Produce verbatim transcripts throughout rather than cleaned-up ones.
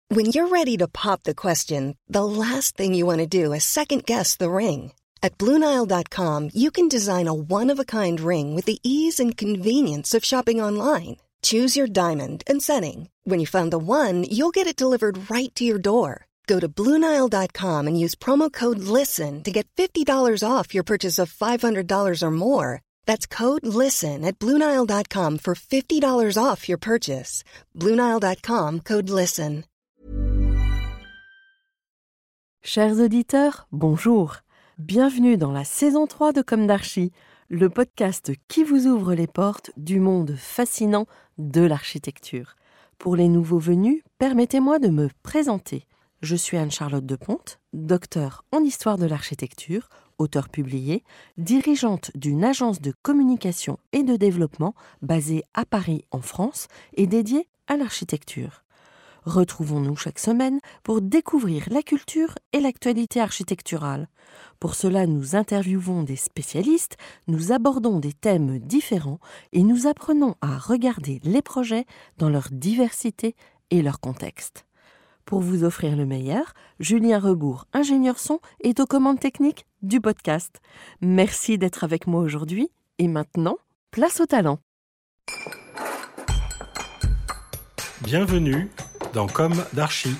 When you're ready to pop the question, the last thing you want to do is second-guess the ring. At Blue Nile dot com, you can design a one-of-a-kind ring with the ease and convenience of shopping online. Choose your diamond and setting. When you find the one, you'll get it delivered right to your door. Go to Blue Nile dot com and use promo code LISTEN to get fifty dollars off your purchase of five hundred dollars or more. That's code LISTEN at Blue Nile dot com for fifty dollars off your purchase. Blue Nile dot com, code LISTEN. Chers auditeurs, bonjour. Bienvenue dans la saison trois de Comme d'Archi, le podcast qui vous ouvre les portes du monde fascinant de l'architecture. Pour les nouveaux venus, permettez-moi de me présenter. Je suis Anne-Charlotte Deponte, docteure en histoire de l'architecture, auteure publiée, dirigeante d'une agence de communication et de développement basée à Paris en France et dédiée à l'architecture. Retrouvons-nous chaque semaine pour découvrir la culture et l'actualité architecturale. Pour cela, nous interviewons des spécialistes, nous abordons des thèmes différents et nous apprenons à regarder les projets dans leur diversité et leur contexte. Pour vous offrir le meilleur, Julien Rebourg, ingénieur son, est aux commandes techniques du podcast. Merci d'être avec moi aujourd'hui et maintenant, place au talent. Bienvenue dans Comme d'Archi.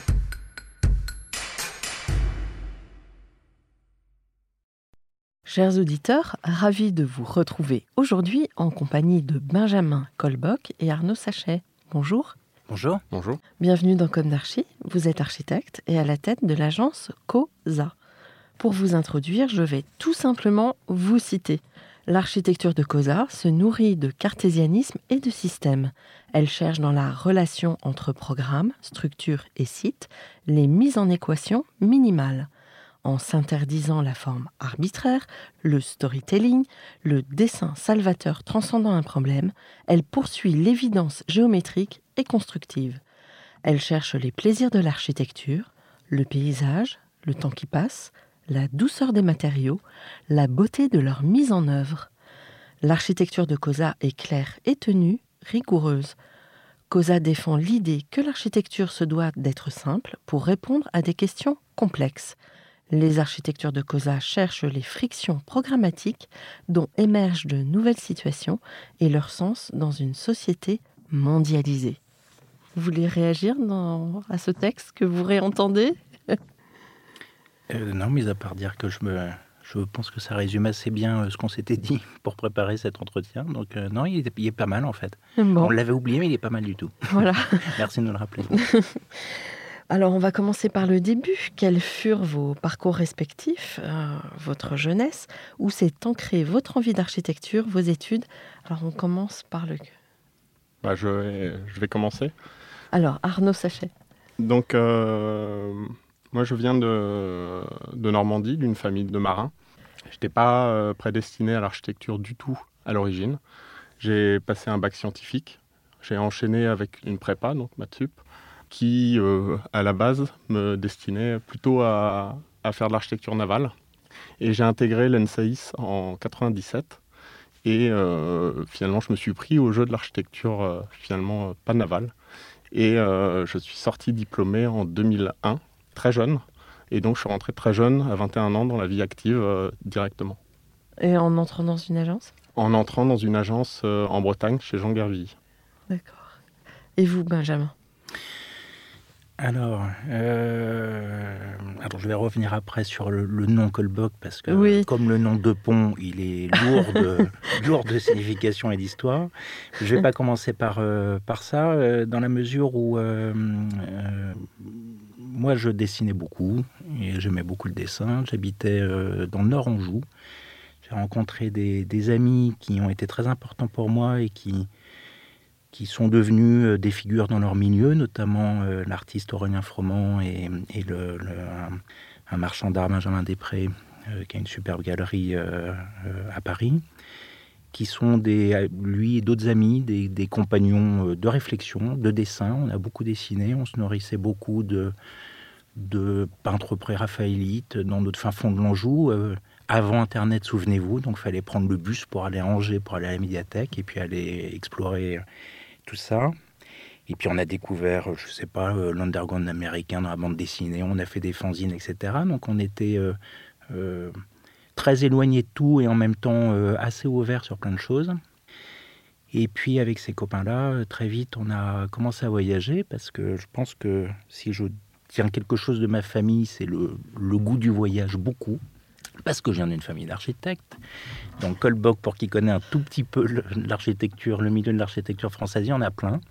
Chers auditeurs, ravis de vous retrouver aujourd'hui en compagnie de Benjamin Colbock et Arnaud Sachet. Bonjour. Bonjour. Bonjour. Bienvenue dans Comme d'Archi. Vous êtes architecte et à la tête de l'agence COSA. Pour vous introduire, je vais tout simplement vous citer. L'architecture de COSA se nourrit de cartésianisme et de système. Elle cherche dans la relation entre programme, structure et site les mises en équation minimales. En s'interdisant la forme arbitraire, le storytelling, le dessin salvateur transcendant un problème, elle poursuit l'évidence géométrique et constructive. Elle cherche les plaisirs de l'architecture, le paysage, le temps qui passe, la douceur des matériaux, la beauté de leur mise en œuvre. L'architecture de COSA est claire et tenue, rigoureuse. COSA défend l'idée que l'architecture se doit d'être simple pour répondre à des questions complexes. Les architectures de COSA cherchent les frictions programmatiques dont émergent de nouvelles situations et leur sens dans une société mondialisée. Vous voulez réagir dans, à ce texte que vous réentendez ? euh, Non, mis à part dire que je, me, je pense que ça résume assez bien euh, ce qu'on s'était dit pour préparer cet entretien. Donc euh, non, il est, il est pas mal en fait. Bon. On l'avait oublié, mais il est pas mal du tout. Voilà. Merci de nous le rappeler. Alors, on va commencer par le début. Quels furent vos parcours respectifs, euh, votre jeunesse, où s'est ancrée votre envie d'architecture, vos études ? Alors, on commence par le... Bah, je, vais, je vais commencer. Alors, Arnaud Sachet. Donc, euh, moi, je viens de, de Normandie, d'une famille de marins. Je n'étais pas euh, prédestiné à l'architecture du tout à l'origine. J'ai passé un bac scientifique. J'ai enchaîné avec une prépa, donc maths sup, qui, euh, à la base, me destinait plutôt à, à faire de l'architecture navale. Et j'ai intégré l'E N S A I S en quatre-vingt-dix-sept. Et euh, finalement, je me suis pris au jeu de l'architecture, euh, finalement, euh, pas navale. Et euh, je suis sorti diplômé en deux mille un, très jeune. Et donc, je suis rentré très jeune, à vingt et un ans, dans la vie active, euh, directement. Et en entrant dans une agence ? En entrant dans une agence euh, en Bretagne, chez Jean Gervilly. D'accord. Et vous, Benjamin ? Alors, euh, alors, je vais revenir après sur le, le nom Colbock, parce que oui. Comme le nom de pont, il est lourd de, lourd de signification et d'histoire. Je ne vais pas commencer par, euh, par ça, euh, dans la mesure où euh, euh, moi, je dessinais beaucoup, et j'aimais beaucoup le dessin. J'habitais euh, dans le Nord-Anjou. J'ai rencontré des, des amis qui ont été très importants pour moi et qui... qui sont devenus des figures dans leur milieu, notamment euh, l'artiste Aurélien Froment et, et le, le, un, un marchand d'art, Benjamin Després, euh, qui a une superbe galerie euh, euh, à Paris, qui sont des, lui et d'autres amis, des, des compagnons de réflexion, de dessin. On a beaucoup dessiné, on se nourrissait beaucoup de, de peintres pré-raphaélites dans notre fin fond de l'Anjou, euh, avant Internet, souvenez-vous, donc il fallait prendre le bus pour aller à Angers, pour aller à la médiathèque, et puis aller explorer tout ça. Et puis on a découvert, je sais pas, euh, l'underground américain dans la bande dessinée, on a fait des fanzines, et cetera. Donc on était euh, euh, très éloignés de tout et en même temps euh, assez ouverts sur plein de choses. Et puis avec ces copains-là, très vite, on a commencé à voyager parce que je pense que si je tiens quelque chose de ma famille, c'est le, le goût du voyage beaucoup. Parce que je viens d'une famille d'architectes. Donc Colboc, pour qui connaît un tout petit peu le, l'architecture, le milieu de l'architecture française, il y en a plein.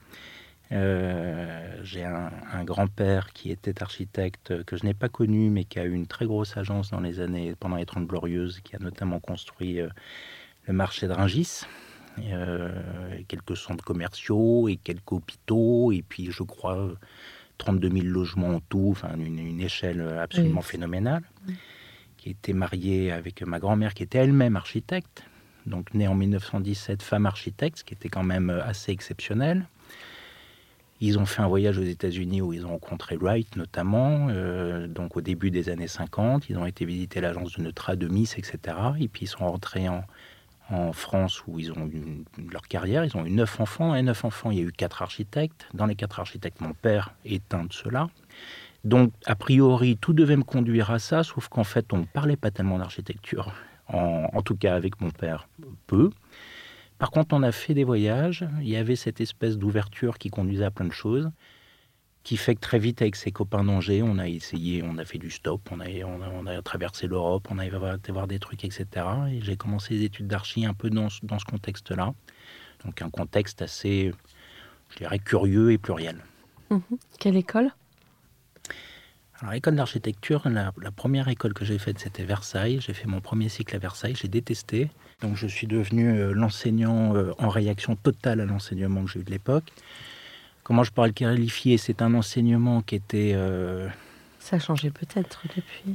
Euh, j'ai un, un grand-père qui était architecte que je n'ai pas connu, mais qui a eu une très grosse agence dans les années, pendant les Trente Glorieuses, qui a notamment construit euh, le marché de Rungis. Euh, quelques centres commerciaux et quelques hôpitaux, et puis je crois trente-deux mille logements en tout, enfin une, une échelle absolument oui. phénoménale, oui. qui était marié avec ma grand-mère qui était elle-même architecte, donc née en mille neuf cent dix-sept, femme architecte, ce qui était quand même assez exceptionnel. Ils ont fait un voyage aux États-Unis où ils ont rencontré Wright notamment, euh, donc au début des années cinquante, ils ont été visiter l'agence de Neutra, de Miss, et cetera. Et puis ils sont rentrés en en France où ils ont eu leur carrière, ils ont eu neuf enfants. Dans les neuf enfants, il y a eu quatre architectes. Dans les quatre architectes, mon père est un de ceux-là. Donc, a priori, tout devait me conduire à ça, sauf qu'en fait, on ne parlait pas tellement d'architecture, en, en tout cas avec mon père, peu. Par contre, on a fait des voyages, il y avait cette espèce d'ouverture qui conduisait à plein de choses, qui fait que très vite, avec ses copains d'Angers, on a essayé, on a fait du stop, on a, on a, on a traversé l'Europe, on a été voir des trucs, et cetera. Et j'ai commencé les études d'archi un peu dans, dans ce contexte-là. Donc un contexte assez, je dirais, curieux et pluriel. Mmh. Quelle école ? Alors, l'école d'architecture, la, la première école que j'ai faite, c'était Versailles. J'ai fait mon premier cycle à Versailles, j'ai détesté. Donc je suis devenu euh, l'enseignant euh, en réaction totale à l'enseignement que j'ai eu de l'époque. Comment je pourrais le qualifier ? C'est un enseignement qui était... Euh... Ça a changé peut-être depuis.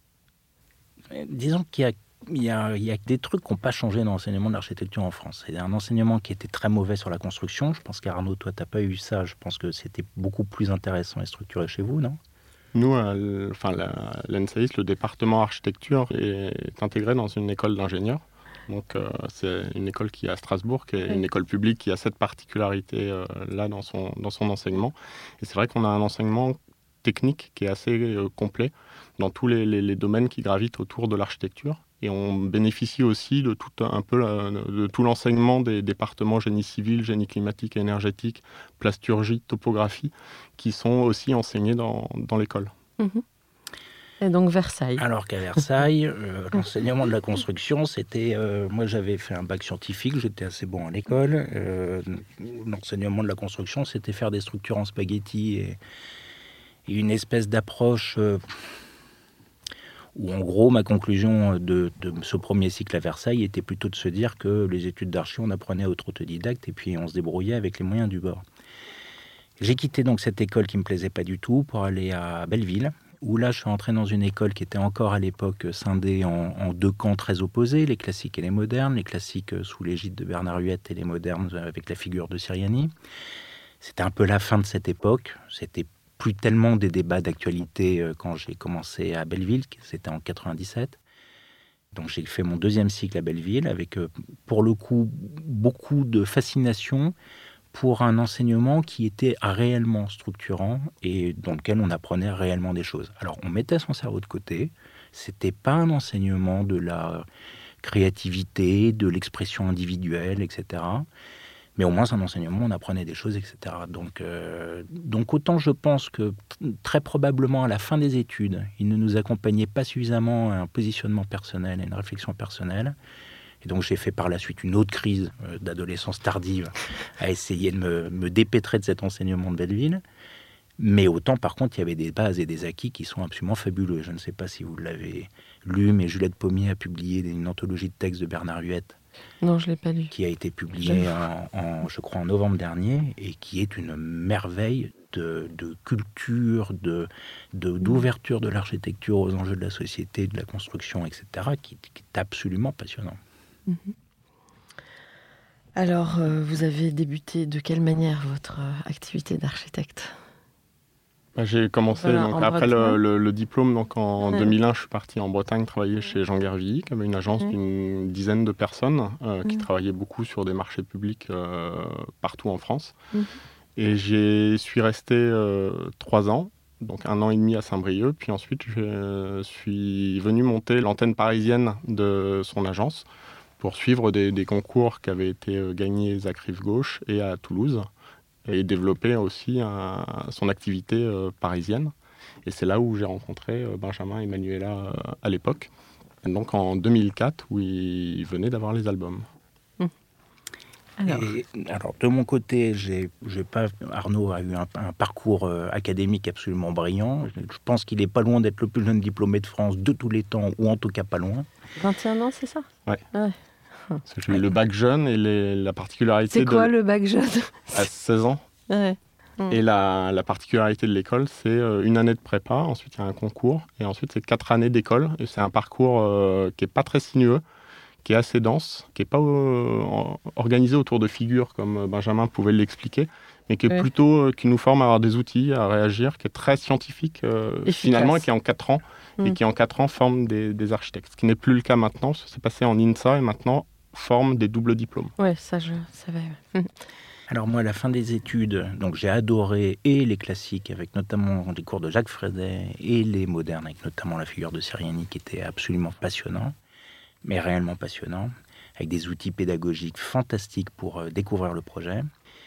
Disons qu'il y a, il y a, il y a des trucs qui n'ont pas changé dans l'enseignement de l'architecture en France. C'est un enseignement qui était très mauvais sur la construction. Je pense qu'Arnaud, toi, tu n'as pas eu ça. Je pense que c'était beaucoup plus intéressant et structuré chez vous, non ? Nous, à l... enfin, la, l'E N S A I S, le département architecture, est intégré dans une école d'ingénieurs. Donc, euh, c'est une école qui est à Strasbourg, qui est oui. une école publique qui a cette particularité-là euh, dans, son, dans son enseignement. Et c'est vrai qu'on a un enseignement technique qui est assez euh, complet dans tous les, les, les domaines qui gravitent autour de l'architecture. Et on bénéficie aussi de tout, un peu, la, de tout l'enseignement des départements génie civil, génie climatique et énergétique, plasturgie, topographie, qui sont aussi enseignés dans, dans l'école. Mmh. Et donc Versailles. Alors qu'à Versailles, euh, l'enseignement de la construction, c'était... Euh, moi, j'avais fait un bac scientifique, j'étais assez bon à l'école. Euh, l'enseignement de la construction, c'était faire des structures en spaghetti et, et une espèce d'approche euh, où, en gros, ma conclusion de, de ce premier cycle à Versailles était plutôt de se dire que les études d'archi, on apprenait à être autodidacte et puis on se débrouillait avec les moyens du bord. J'ai quitté donc cette école qui ne me plaisait pas du tout pour aller à Belleville, où là, je suis entré dans une école qui était encore à l'époque scindée en, en deux camps très opposés, les classiques et les modernes, les classiques sous l'égide de Bernard Huette et les modernes avec la figure de Siriani. C'était un peu la fin de cette époque. C'était plus tellement des débats d'actualité quand j'ai commencé à Belleville, c'était en quatre-vingt-dix-sept. Donc j'ai fait mon deuxième cycle à Belleville avec, pour le coup, beaucoup de fascination pour un enseignement qui était réellement structurant et dans lequel on apprenait réellement des choses. Alors, on mettait son cerveau de côté. C'était pas un enseignement de la créativité, de l'expression individuelle, et cetera. Mais au moins, c'est un enseignement où on apprenait des choses, et cetera. Donc, euh, donc autant je pense que t- très probablement à la fin des études, il ne nous accompagnait pas suffisamment à un positionnement personnel, à une réflexion personnelle. Et donc, j'ai fait par la suite une autre crise euh, d'adolescence tardive à essayer de me, me dépêtrer de cet enseignement de Belleville. Mais autant, par contre, il y avait des bases et des acquis qui sont absolument fabuleux. Je ne sais pas si vous l'avez lu, mais Juliette Pommier a publié une anthologie de textes de Bernard Huette. Non, je ne l'ai pas lu. Qui a été publiée, en, en, je crois, en novembre dernier, et qui est une merveille de, de culture, de, de, d'ouverture de l'architecture aux enjeux de la société, de la construction, et cetera, qui, qui est absolument passionnant. Mmh. Alors, euh, vous avez débuté de quelle manière votre euh, activité d'architecte ? Bah, j'ai commencé voilà, donc, après le, le, le diplôme. Donc en ouais. deux mille un, je suis parti en Bretagne travailler chez Jean Gervilly, qui avait une agence mmh. d'une dizaine de personnes euh, mmh. qui travaillaient beaucoup sur des marchés publics euh, partout en France. Mmh. Et j'y suis resté euh, trois ans, donc un an et demi à Saint-Brieuc. Puis ensuite, je suis venu monter l'antenne parisienne de son agence pour suivre des, des concours qui avaient été gagnés à Rive-Gauche et à Toulouse, et développer aussi un, son activité euh, parisienne. Et c'est là où j'ai rencontré euh, Benjamin et Manuela euh, à l'époque, donc en deux mille quatre, où ils venaient d'avoir les albums. Alors. Et, alors, de mon côté, j'ai, j'ai pas, Arnaud a eu un, un parcours euh, académique absolument brillant. Je, je pense qu'il est pas loin d'être le plus jeune diplômé de France de tous les temps, ou en tout cas pas loin. vingt et un ans, c'est ça ? Ouais. ouais. J'ai eu le bac jeune et les, la particularité... C'est quoi de, le bac jeune ? À seize ans. Ouais. Mmh. Et la, la particularité de l'école, c'est euh, une année de prépa, ensuite il y a un concours, et ensuite c'est quatre années d'école. Et c'est un parcours euh, qui n'est pas très sinueux, qui est assez dense, qui n'est pas euh, organisé autour de figures comme Benjamin pouvait l'expliquer, mais qui est oui. plutôt, euh, qui nous forme à avoir des outils, à réagir, qui est très scientifique euh, finalement, et qui est en quatre ans, mmh. et qui en quatre ans forme des, des architectes. Ce qui n'est plus le cas maintenant, c'est passé en INSA et maintenant forme des doubles diplômes. Ouais, ça je savais. Mmh. Alors moi, à la fin des études, donc j'ai adoré et les classiques, avec notamment les cours de Jacques Frédet, et les modernes, avec notamment la figure de Sériani, qui était absolument passionnant. mais réellement passionnant, avec des outils pédagogiques fantastiques pour euh, découvrir le projet.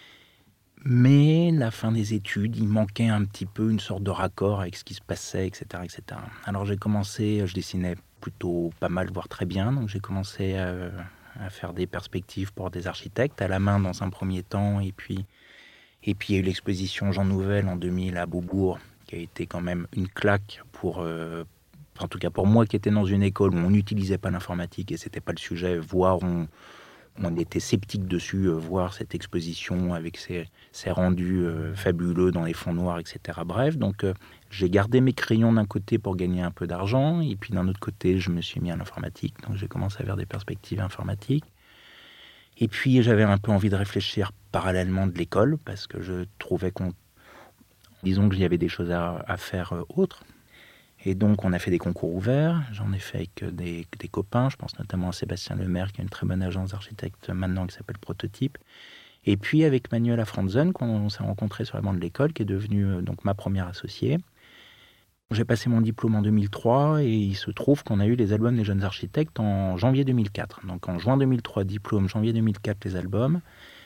Mais la fin des études, il manquait un petit peu une sorte de raccord avec ce qui se passait, et cetera, et cetera. Alors j'ai commencé, je dessinais plutôt pas mal, voire très bien, donc j'ai commencé à, à faire des perspectives pour des architectes, à la main dans un premier temps, et puis, et puis il y a eu l'exposition Jean Nouvel en deux mille à Beaubourg, qui a été quand même une claque pour... Euh, en tout cas pour moi qui étais dans une école où on n'utilisait pas l'informatique et c'était pas le sujet, voire on, on était sceptique dessus, euh, voir cette exposition avec ses, ses rendus euh, fabuleux dans les fonds noirs, et cetera. Bref, donc euh, j'ai gardé mes crayons d'un côté pour gagner un peu d'argent et puis d'un autre côté je me suis mis à l'informatique, donc j'ai commencé à faire des perspectives informatiques. Et puis j'avais un peu envie de réfléchir parallèlement de l'école parce que je trouvais qu'on, disons qu'il y avait des choses à, à faire euh, autres. Et donc, on a fait des concours ouverts. J'en ai fait avec des, des copains. Je pense notamment à Sébastien Lemaire, qui a une très bonne agence d'architectes maintenant, qui s'appelle Prototype. Et puis, avec Manuela Franzen, qu'on s'est rencontrés sur la bande de l'école, qui est devenue donc, ma première associée. J'ai passé mon diplôme en deux mille trois et il se trouve qu'on a eu les albums des jeunes architectes en janvier deux mille quatre. Donc, en juin deux mille trois, diplôme, janvier deux mille quatre, les albums.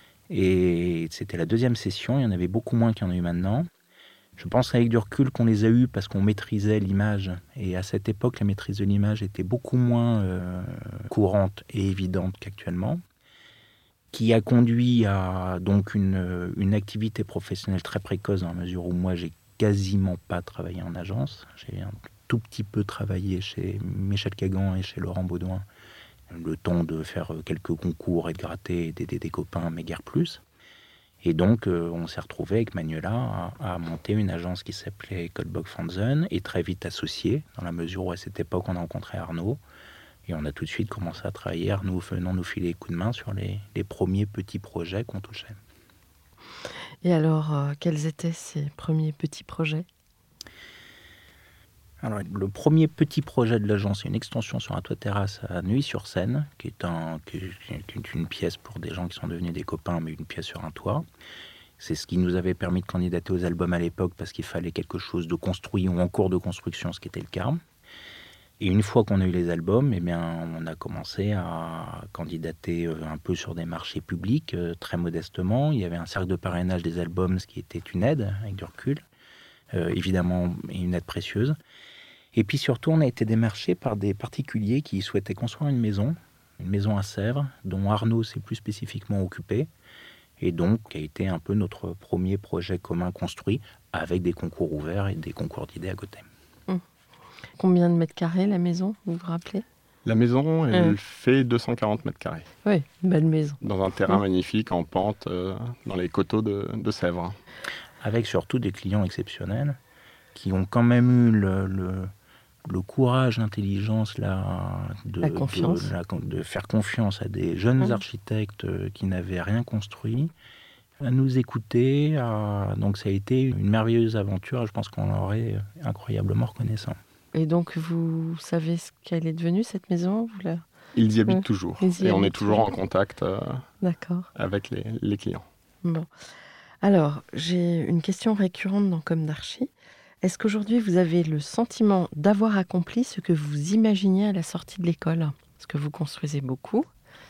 Et c'était la deuxième session. Il y en avait beaucoup moins qu'il y en a eu maintenant. Je pense avec du recul qu'on les a eus parce qu'on maîtrisait l'image. Et à cette époque, la maîtrise de l'image était beaucoup moins euh, courante et évidente qu'actuellement. Qui a conduit à donc une, une activité professionnelle très précoce dans la mesure où moi, j'ai quasiment pas travaillé en agence. J'ai un tout petit peu travaillé chez Michel Cagan et chez Laurent Baudouin. Le temps de faire quelques concours et de gratter et d'aider des copains, mais guère plus. Et donc, euh, on s'est retrouvé avec Manuela à, à monter une agence qui s'appelait Coldbock Franzen et très vite associée, dans la mesure où à cette époque, on a rencontré Arnaud. Et on a tout de suite commencé à travailler, Arnaud venant nous filer les coups de main sur les, les premiers petits projets qu'on touchait. Et alors, euh, quels étaient ces premiers petits projets ? Alors, le premier petit projet de l'agence, c'est une extension sur un toit-terrasse à Neuilly-sur-Seine, qui est, un, qui est une pièce pour des gens qui sont devenus des copains, mais une pièce sur un toit. C'est ce qui nous avait permis de candidater aux albums à l'époque, parce qu'il fallait quelque chose de construit ou en cours de construction, ce qui était le cas. Et une fois qu'on a eu les albums, eh bien, on a commencé à candidater un peu sur des marchés publics, très modestement. Il y avait un cercle de parrainage des albums, ce qui était une aide, avec du recul, euh, évidemment, et une aide précieuse. Et puis surtout, on a été démarchés par des particuliers qui souhaitaient construire une maison, une maison à Sèvres, dont Arnaud s'est plus spécifiquement occupé, et donc qui a été un peu notre premier projet commun construit, avec des concours ouverts et des concours d'idées à côté. Mmh. Combien de mètres carrés la maison, vous vous rappelez ? La maison, elle mmh. fait deux cent quarante mètres carrés. Oui, une belle maison. Dans un terrain mmh. magnifique, en pente, euh, dans les coteaux de, de Sèvres. Avec surtout des clients exceptionnels, qui ont quand même eu le... le le courage, l'intelligence, la, de, la confiance. De, la, de faire confiance à des jeunes mmh. architectes qui n'avaient rien construit, à nous écouter. À... Donc ça a été une merveilleuse aventure et je pense qu'on leur est incroyablement reconnaissant. Et donc vous savez ce qu'elle est devenue, cette maison ? Vous la... Ils y habitent mmh. toujours. Ils y et on habitent est toujours toujours. en contact euh, D'accord. avec les, les clients. Bon. Alors, j'ai une question récurrente dans Comme d'Archi. Est-ce qu'aujourd'hui, vous avez le sentiment d'avoir accompli ce que vous imaginiez à la sortie de l'école ? Parce que vous construisez beaucoup.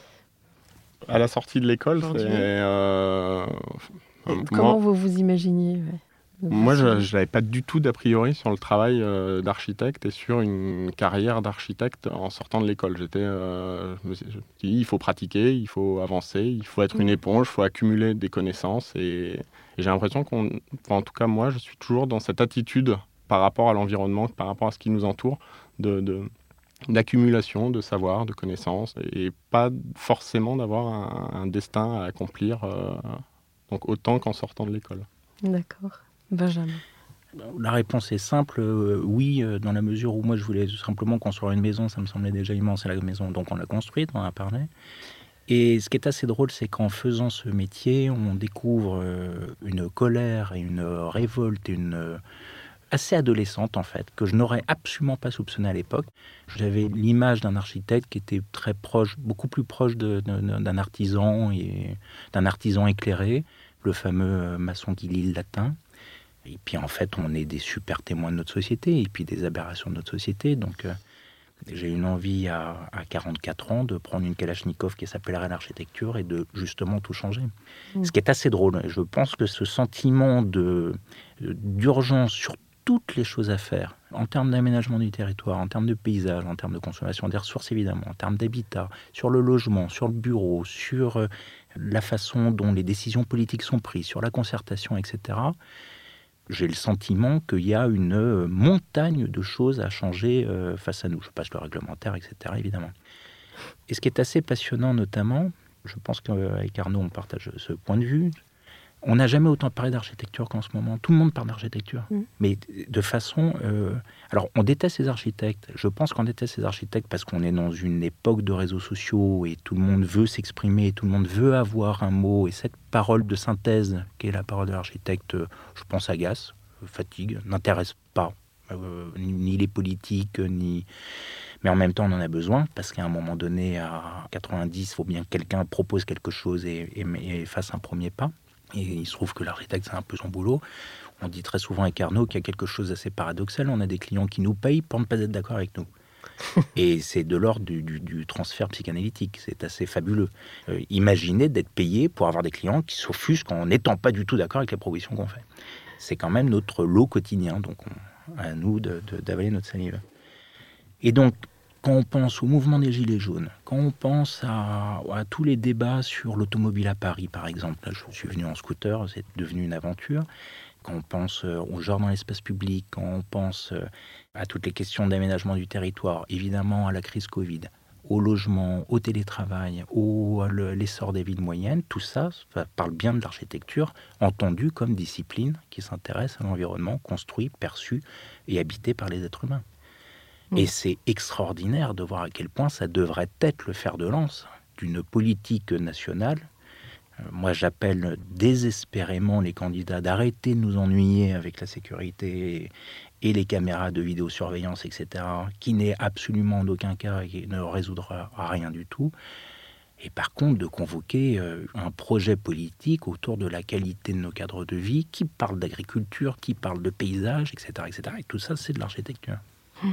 À la sortie de l'école, Aujourd'hui. c'est... euh, Et moi- comment vous vous imaginiez ouais, de Moi, vous- je n'avais pas du tout d'a priori sur le travail euh, d'architecte et sur une carrière d'architecte en sortant de l'école. J'étais, euh, je me suis je me suis dit, il faut pratiquer, il faut avancer, il faut être une éponge, il faut accumuler des connaissances. Et, et j'ai l'impression qu'on, enfin, en tout cas moi, je suis toujours dans cette attitude par rapport à l'environnement, par rapport à ce qui nous entoure, de, de- d'accumulation de savoir, de connaissances, et pas forcément d'avoir un, un destin à accomplir, euh, donc autant qu'en sortant de l'école. D'accord. Benjamin. La réponse est simple, euh, oui, euh, dans la mesure où moi je voulais tout simplement construire une maison, ça me semblait déjà immense, la maison, donc on l'a construite, on en a parlé. Et ce qui est assez drôle, c'est qu'en faisant ce métier, on découvre euh, une colère et une révolte, et une euh, assez adolescente en fait, que je n'aurais absolument pas soupçonné à l'époque. J'avais l'image d'un architecte qui était très proche, beaucoup plus proche de, de, d'un artisan et d'un artisan éclairé, le fameux maçon qui lit le latin. Et puis en fait, on est des super témoins de notre société et puis des aberrations de notre société. Donc euh, j'ai eu une envie à, à quarante-quatre ans de prendre une Kalachnikov qui s'appellerait l'architecture et de justement tout changer. Mmh. Ce qui est assez drôle. Je pense que ce sentiment de, d'urgence sur toutes les choses à faire, en termes d'aménagement du territoire, en termes de paysage, en termes de consommation des ressources évidemment, en termes d'habitat, sur le logement, sur le bureau, sur euh, la façon dont les décisions politiques sont prises, sur la concertation, et cetera, j'ai le sentiment qu'il y a une montagne de choses à changer euh, face à nous. Je passe le réglementaire, et cetera, évidemment. Et ce qui est assez passionnant, notamment, je pense qu'avec Arnaud, on partage ce point de vue, on n'a jamais autant parlé d'architecture qu'en ce moment. Tout le monde parle d'architecture, mmh. mais de façon... Euh... Alors, on déteste les architectes. Je pense qu'on déteste les architectes parce qu'on est dans une époque de réseaux sociaux et tout le monde veut s'exprimer, tout le monde veut avoir un mot. Et cette parole de synthèse, qui est la parole de l'architecte, je pense agace, fatigue, n'intéresse pas. Euh, ni les politiques, ni... Mais en même temps, on en a besoin, parce qu'à un moment donné, à quatre-vingt-dix, il faut bien que quelqu'un propose quelque chose et, et, et fasse un premier pas. Et il se trouve que l'architecte, c'est un peu son boulot. On dit très souvent avec Arnaud qu'il y a quelque chose d'assez paradoxal. On a des clients qui nous payent pour ne pas être d'accord avec nous. Et c'est de l'ordre du, du, du transfert psychanalytique. C'est assez fabuleux. Euh, imaginez d'être payé pour avoir des clients qui s'offusquent en n'étant pas du tout d'accord avec les propositions qu'on fait. C'est quand même notre lot quotidien. Donc, on, à nous de, de, d'avaler notre salive. Et donc, quand on pense au mouvement des Gilets jaunes, quand on pense à, à tous les débats sur l'automobile à Paris, par exemple, là, je suis venu en scooter, c'est devenu une aventure. Quand on pense au genre dans l'espace public, quand on pense à toutes les questions d'aménagement du territoire, évidemment à la crise Covid, au logement, au télétravail, au, à l'essor des villes moyennes, tout ça, ça parle bien de l'architecture, entendue comme discipline qui s'intéresse à l'environnement construit, perçu et habité par les êtres humains. Et c'est extraordinaire de voir à quel point ça devrait être le fer de lance d'une politique nationale. Moi, j'appelle désespérément les candidats d'arrêter de nous ennuyer avec la sécurité et les caméras de vidéosurveillance, et cetera, qui n'est absolument d'aucun cas et qui ne résoudra rien du tout. Et par contre, de convoquer un projet politique autour de la qualité de nos cadres de vie, qui parle d'agriculture, qui parle de paysage, et cetera, et cetera. Et tout ça, c'est de l'architecture. Mmh.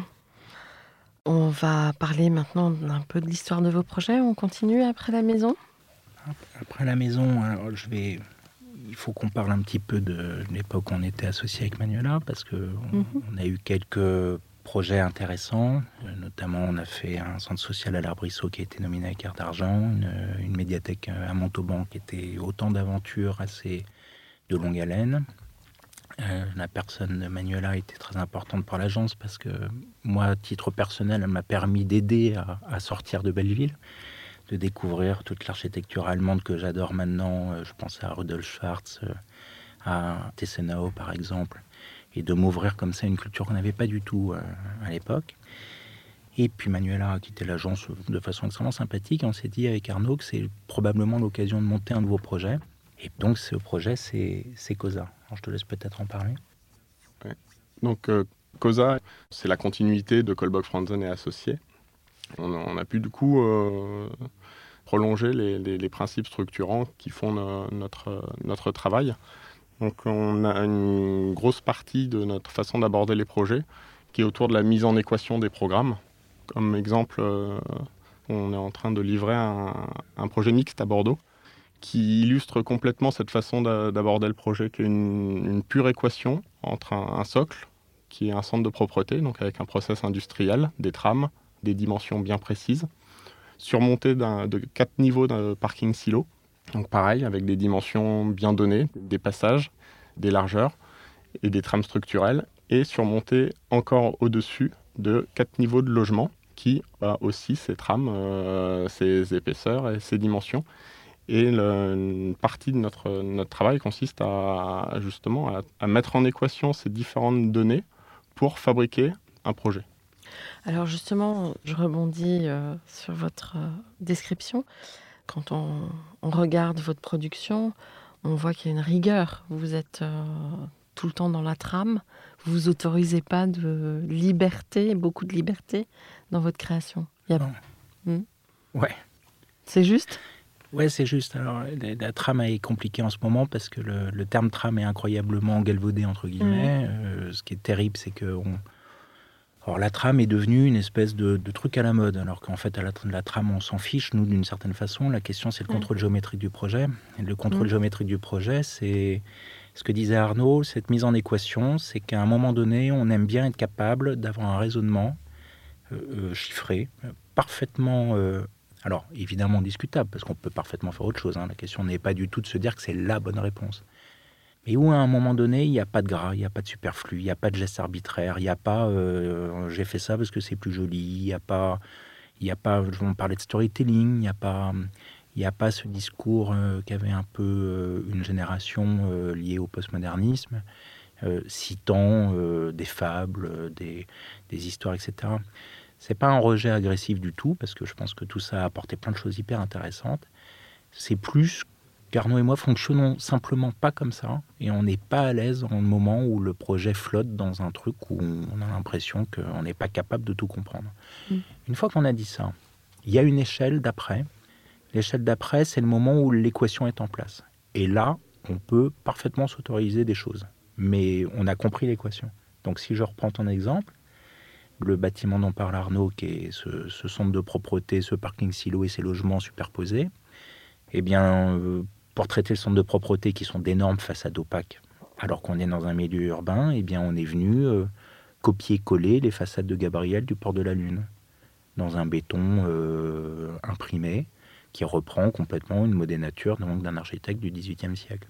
On va parler maintenant un peu de l'histoire de vos projets. On continue après la maison ? Après la maison, alors je vais... il faut qu'on parle un petit peu de l'époque où on était associé avec Manuela, parce qu'on mm-hmm. on a eu quelques projets intéressants. Notamment, on a fait un centre social à l'Arbrisseau qui a été nominé à Carte d'Argent, une, une médiathèque à Montauban qui était autant d'aventures assez de longue haleine. Euh, la personne de Manuela était très importante pour l'agence parce que moi, à titre personnel, elle m'a permis d'aider à, à sortir de Belleville, de découvrir toute l'architecture allemande que j'adore maintenant. Euh, je pense à Rudolf Schwarz, euh, à Tessenau par exemple, et de m'ouvrir comme ça à une culture qu'on n'avait pas du tout euh, à l'époque. Et puis Manuela a quitté l'agence de façon extrêmement sympathique. On s'est dit avec Arnaud que c'est probablement l'occasion de monter un nouveau projet. Et donc ce projet, c'est, c'est COSA. Alors, je te laisse peut-être en parler. Ouais. Donc euh, COSA, c'est la continuité de Kohlbock Franzen et Associés. On a, on a pu du coup euh, prolonger les, les, les principes structurants qui font no, notre, notre travail. Donc on a une grosse partie de notre façon d'aborder les projets qui est autour de la mise en équation des programmes. Comme exemple, euh, on est en train de livrer un, un projet mixte à Bordeaux qui illustre complètement cette façon d'a- d'aborder le projet, qui est une, une pure équation entre un, un socle, qui est un centre de propreté, donc avec un process industriel, des trames, des dimensions bien précises, surmonté d'un, de quatre niveaux de parking silo. Donc pareil, avec des dimensions bien données, des passages, des largeurs et des trames structurelles, et surmonté encore au-dessus de quatre niveaux de logement qui a aussi ces trames, euh, ces épaisseurs et ces dimensions. Et le, une partie de notre, notre travail consiste à, justement à, à mettre en équation ces différentes données pour fabriquer un projet. Alors justement, je rebondis euh, sur votre euh, description. Quand on, on regarde votre production, on voit qu'il y a une rigueur. Vous êtes euh, tout le temps dans la trame. Vous vous autorisez pas de liberté, beaucoup de liberté dans votre création. Il y a... Non. Hmm. Ouais. C'est juste ? Ouais, c'est juste. Alors, la, la trame est compliquée en ce moment parce que le, le terme trame est incroyablement galvaudé, entre guillemets. Mmh. Euh, ce qui est terrible, c'est que on... Alors, la trame est devenue une espèce de, de truc à la mode, alors qu'en fait, à la, la trame, on s'en fiche, nous, d'une certaine façon. La question, c'est le contrôle mmh. géométrique du projet. Et le contrôle mmh. géométrique du projet, c'est ce que disait Arnaud, cette mise en équation, c'est qu'à un moment donné, on aime bien être capable d'avoir un raisonnement euh, euh, chiffré, euh, parfaitement... Euh, Alors, évidemment discutable, parce qu'on peut parfaitement faire autre chose. Hein. La question n'est pas du tout de se dire que c'est la bonne réponse. Mais où, à un moment donné, il n'y a pas de gras, il n'y a pas de superflu, il n'y a pas de geste arbitraire, il n'y a pas euh, « j'ai fait ça parce que c'est plus joli », il n'y a pas... Il y a pas, on parlait de storytelling, il n'y a pas... Il n'y a pas ce discours euh, qu'avait un peu euh, une génération euh, liée au postmodernisme, euh, citant euh, des fables, des, des histoires, et cetera. C'est pas un rejet agressif du tout, parce que je pense que tout ça a apporté plein de choses hyper intéressantes. C'est plus qu'Arnaud et moi fonctionnons simplement pas comme ça, et on n'est pas à l'aise en le moment où le projet flotte dans un truc où on a l'impression qu'on n'est pas capable de tout comprendre. Mmh. Une fois qu'on a dit ça, il y a une échelle d'après. L'échelle d'après, c'est le moment où l'équation est en place. Et là, on peut parfaitement s'autoriser des choses. Mais on a compris l'équation. Donc si je reprends ton exemple, le bâtiment dont parle Arnaud, qui est ce, ce centre de propreté, ce parking silo et ces logements superposés, eh bien, euh, pour traiter le centre de propreté qui sont d'énormes façades opaques, alors qu'on est dans un milieu urbain, eh bien, on est venu euh, copier-coller les façades de Gabriel du Port de la Lune, dans un béton euh, imprimé, qui reprend complètement une modénature donc, d'un architecte du dix-huitième siècle.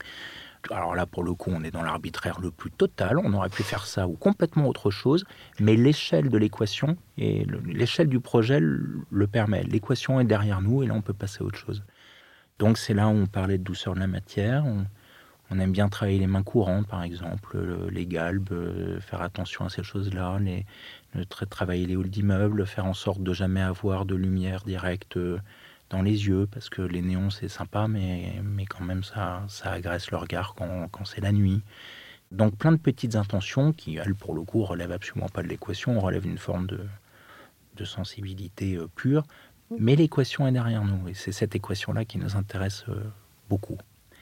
Alors là, pour le coup, on est dans l'arbitraire le plus total. On aurait pu faire ça ou complètement autre chose, mais l'échelle de l'équation et le, l'échelle du projet le, le permet. L'équation est derrière nous et là, on peut passer à autre chose. Donc, c'est là où on parlait de douceur de la matière. On, on aime bien travailler les mains courantes, par exemple, le, les galbes, euh, faire attention à ces choses-là, les, le, travailler les halls d'immeubles, faire en sorte de jamais avoir de lumière directe euh, dans les yeux, parce que les néons c'est sympa, mais, mais quand même ça, ça agresse le regard quand, quand c'est la nuit. Donc plein de petites intentions qui, elles, pour le coup, relèvent absolument pas de l'équation, relèvent d'une forme de, de sensibilité euh, pure, mais l'équation est derrière nous, et c'est cette équation-là qui nous intéresse euh, beaucoup.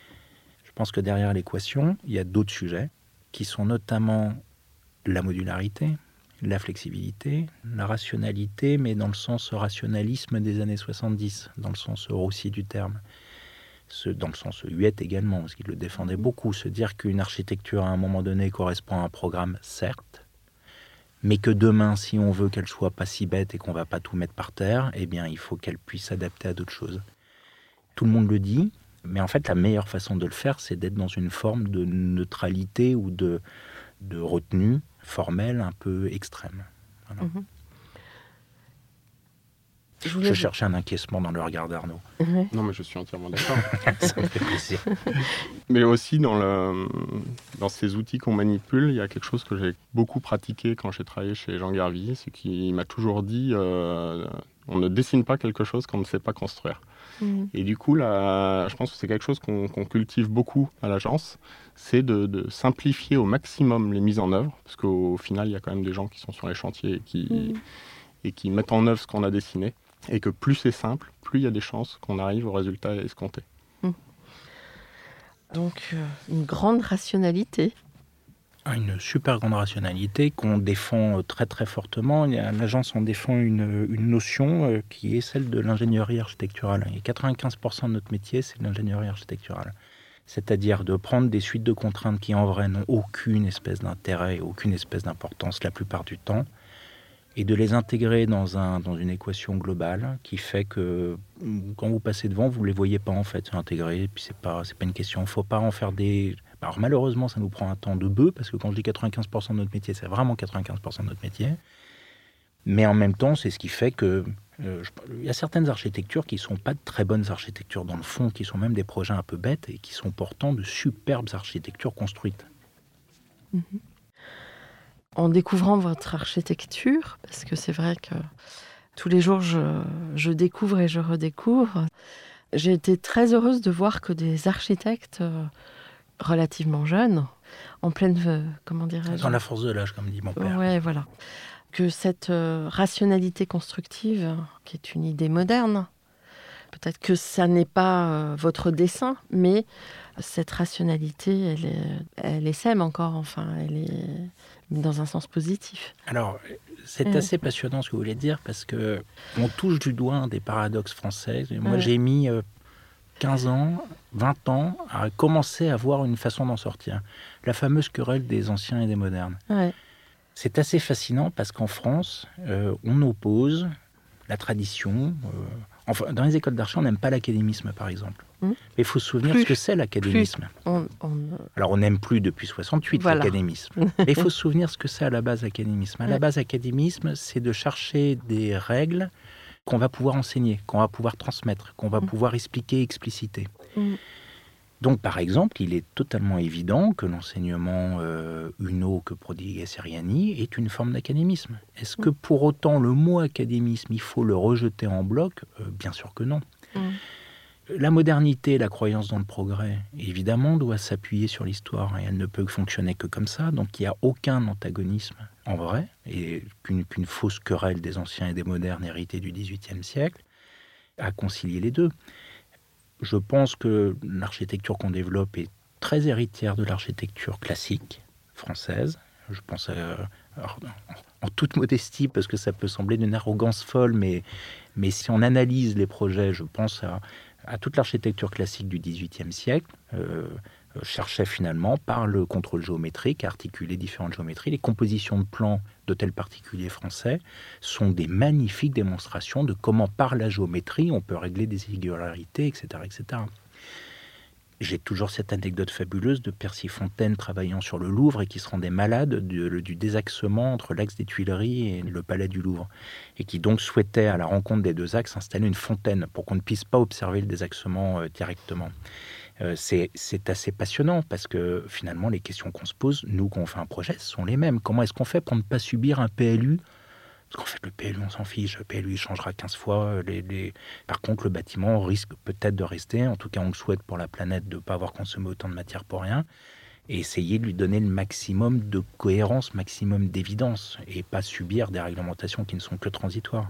Je pense que derrière l'équation, il y a d'autres sujets, qui sont notamment la modularité, la flexibilité, la rationalité, mais dans le sens rationalisme des années soixante-dix, dans le sens Rossi du terme. Ce, dans le sens Huette également, parce qu'il le défendait beaucoup, se dire qu'une architecture à un moment donné correspond à un programme, certes, mais que demain, si on veut qu'elle soit pas si bête et qu'on va pas tout mettre par terre, eh bien, il faut qu'elle puisse s'adapter à d'autres choses. Tout le monde le dit, mais en fait, la meilleure façon de le faire, c'est d'être dans une forme de neutralité ou de, de retenue formelle un peu extrême. Voilà. Mmh. Je, je cherchais un encaissement dans le regard d'Arnaud. Mmh. Non, mais je suis entièrement d'accord. Ça me fait plaisir. Mais aussi, dans, le, dans ces outils qu'on manipule, il y a quelque chose que j'ai beaucoup pratiqué quand j'ai travaillé chez Jean Garvey, c'est qu'il m'a toujours dit euh, on ne dessine pas quelque chose qu'on ne sait pas construire. Mmh. Et du coup, là, je pense que c'est quelque chose qu'on, qu'on cultive beaucoup à l'agence, c'est de, de simplifier au maximum les mises en œuvre, parce qu'au final, il y a quand même des gens qui sont sur les chantiers et qui, mmh. et qui mettent en œuvre ce qu'on a dessiné, et que plus c'est simple, plus il y a des chances qu'on arrive au résultat escompté. Mmh. Donc, euh, une grande rationalité. Une super grande rationalité qu'on défend très très fortement. L'agence en défend une, une notion qui est celle de l'ingénierie architecturale. Et quatre-vingt-quinze pour cent de notre métier, c'est de l'ingénierie architecturale. C'est-à-dire de prendre des suites de contraintes qui en vrai n'ont aucune espèce d'intérêt, aucune espèce d'importance la plupart du temps, et de les intégrer dans, un, dans une équation globale qui fait que quand vous passez devant, vous ne les voyez pas en fait intégrés, et puis c'est pas, c'est pas une question, il ne faut pas en faire des... Alors malheureusement, ça nous prend un temps de bœuf, parce que quand je dis quatre-vingt-quinze pour cent de notre métier, c'est vraiment quatre-vingt-quinze pour cent de notre métier, mais en même temps, c'est ce qui fait que euh, je... il y a certaines architectures qui ne sont pas de très bonnes architectures dans le fond, qui sont même des projets un peu bêtes, et qui sont pourtant de superbes architectures construites. Mmh. En découvrant votre architecture, parce que c'est vrai que tous les jours je, je découvre et je redécouvre, j'ai été très heureuse de voir que des architectes euh, relativement jeunes, en pleine, euh, comment dirais-je, dans la force de l'âge, comme dit mon père. Ouais, voilà, que cette euh, rationalité constructive, qui est une idée moderne, peut-être que ça n'est pas euh, votre dessin, mais cette rationalité, elle, est, elle essaime encore, enfin, elle est dans un sens positif. Alors, c'est mmh. assez passionnant ce que vous voulez dire, parce qu'on touche du doigt un des paradoxes français. Moi, mmh. j'ai mis euh, quinze ans, vingt ans à commencer à voir une façon d'en sortir. La fameuse querelle des anciens et des modernes. Ouais. C'est assez fascinant parce qu'en France, euh, on oppose la tradition... Euh, Enfin, dans les écoles d'archi, on n'aime pas l'académisme, par exemple. Mmh. Mais il faut se souvenir plus, ce que c'est l'académisme. On, on... Alors, on n'aime plus depuis soixante-huit voilà. l'académisme. Mais il faut se souvenir ce que c'est à la base l'académisme. À ouais. la base, l'académisme, c'est de chercher des règles qu'on va pouvoir enseigner, qu'on va pouvoir transmettre, qu'on va mmh. pouvoir expliquer, expliciter. Mmh. Donc, par exemple, il est totalement évident que l'enseignement euh, uno que prodiguait Seriani est une forme d'académisme. Est-ce que pour autant le mot académisme, il faut le rejeter en bloc ? euh, Bien sûr que non. Mm. La modernité, la croyance dans le progrès, évidemment, doit s'appuyer sur l'histoire et elle ne peut fonctionner que comme ça. Donc, il n'y a aucun antagonisme en vrai et qu'une, qu'une fausse querelle des anciens et des modernes héritée du dix-huitième siècle à concilier les deux. Je pense que l'architecture qu'on développe est très héritière de l'architecture classique française. Je pense à, alors, en toute modestie, parce que ça peut sembler d'une arrogance folle, mais, mais si on analyse les projets, je pense à, à toute l'architecture classique du dix-huitième siècle, euh, cherchait finalement, par le contrôle géométrique, à articuler différentes géométries. Les compositions de plans d'hôtels particuliers français sont des magnifiques démonstrations de comment, par la géométrie, on peut régler des irrégularités, et cetera, et cetera. J'ai toujours cette anecdote fabuleuse de Percy Fontaine travaillant sur le Louvre et qui se rendait malade du, du désaxement entre l'axe des Tuileries et le palais du Louvre. Et qui donc souhaitait, à la rencontre des deux axes, installer une fontaine pour qu'on ne puisse pas observer le désaxement euh, directement. Euh, c'est, c'est assez passionnant parce que finalement, les questions qu'on se pose, nous, quand on fait un projet, ce sont les mêmes. Comment est-ce qu'on fait pour ne pas subir un P L U ? Parce qu'en fait, le P L U, on s'en fiche. Le P L U, il changera quinze fois. Les, les... Par contre, le bâtiment risque peut-être de rester. En tout cas, on le souhaite pour la planète de ne pas avoir consommé autant de matière pour rien. Et essayer de lui donner le maximum de cohérence, maximum d'évidence. Et pas subir des réglementations qui ne sont que transitoires.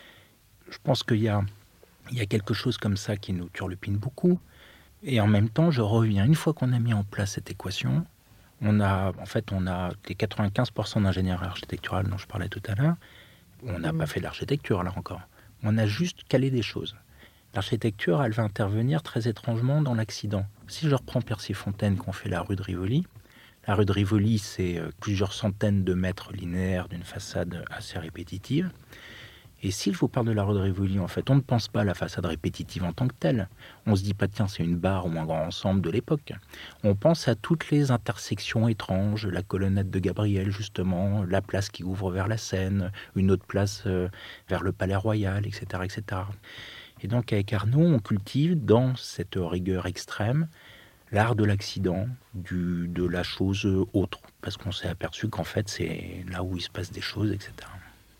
Je pense qu'il y a, il y a quelque chose comme ça qui nous turlupine beaucoup. Et en même temps, je reviens. Une fois qu'on a mis en place cette équation, on a, en fait, on a les quatre-vingt-quinze pour cent d'ingénierie architecturale dont je parlais tout à l'heure. On n'a mmh. pas fait l'architecture, là encore. On a juste calé des choses. L'architecture, elle va intervenir très étrangement dans l'accident. Si je reprends Percy Fontaine, qu'on fait la rue de Rivoli, la rue de Rivoli, c'est plusieurs centaines de mètres linéaires d'une façade assez répétitive. Et s'il vous parle de la rue de Rivoli, en fait, on ne pense pas à la façade répétitive en tant que telle. On ne se dit pas, tiens, c'est une barre ou un grand ensemble de l'époque. On pense à toutes les intersections étranges, la colonnade de Gabriel, justement, la place qui ouvre vers la Seine, une autre place euh, vers le Palais Royal, et cetera, et cetera. Et donc, avec Arnaud, on cultive dans cette rigueur extrême l'art de l'accident, du, de la chose autre, parce qu'on s'est aperçu qu'en fait, c'est là où il se passe des choses, et cetera.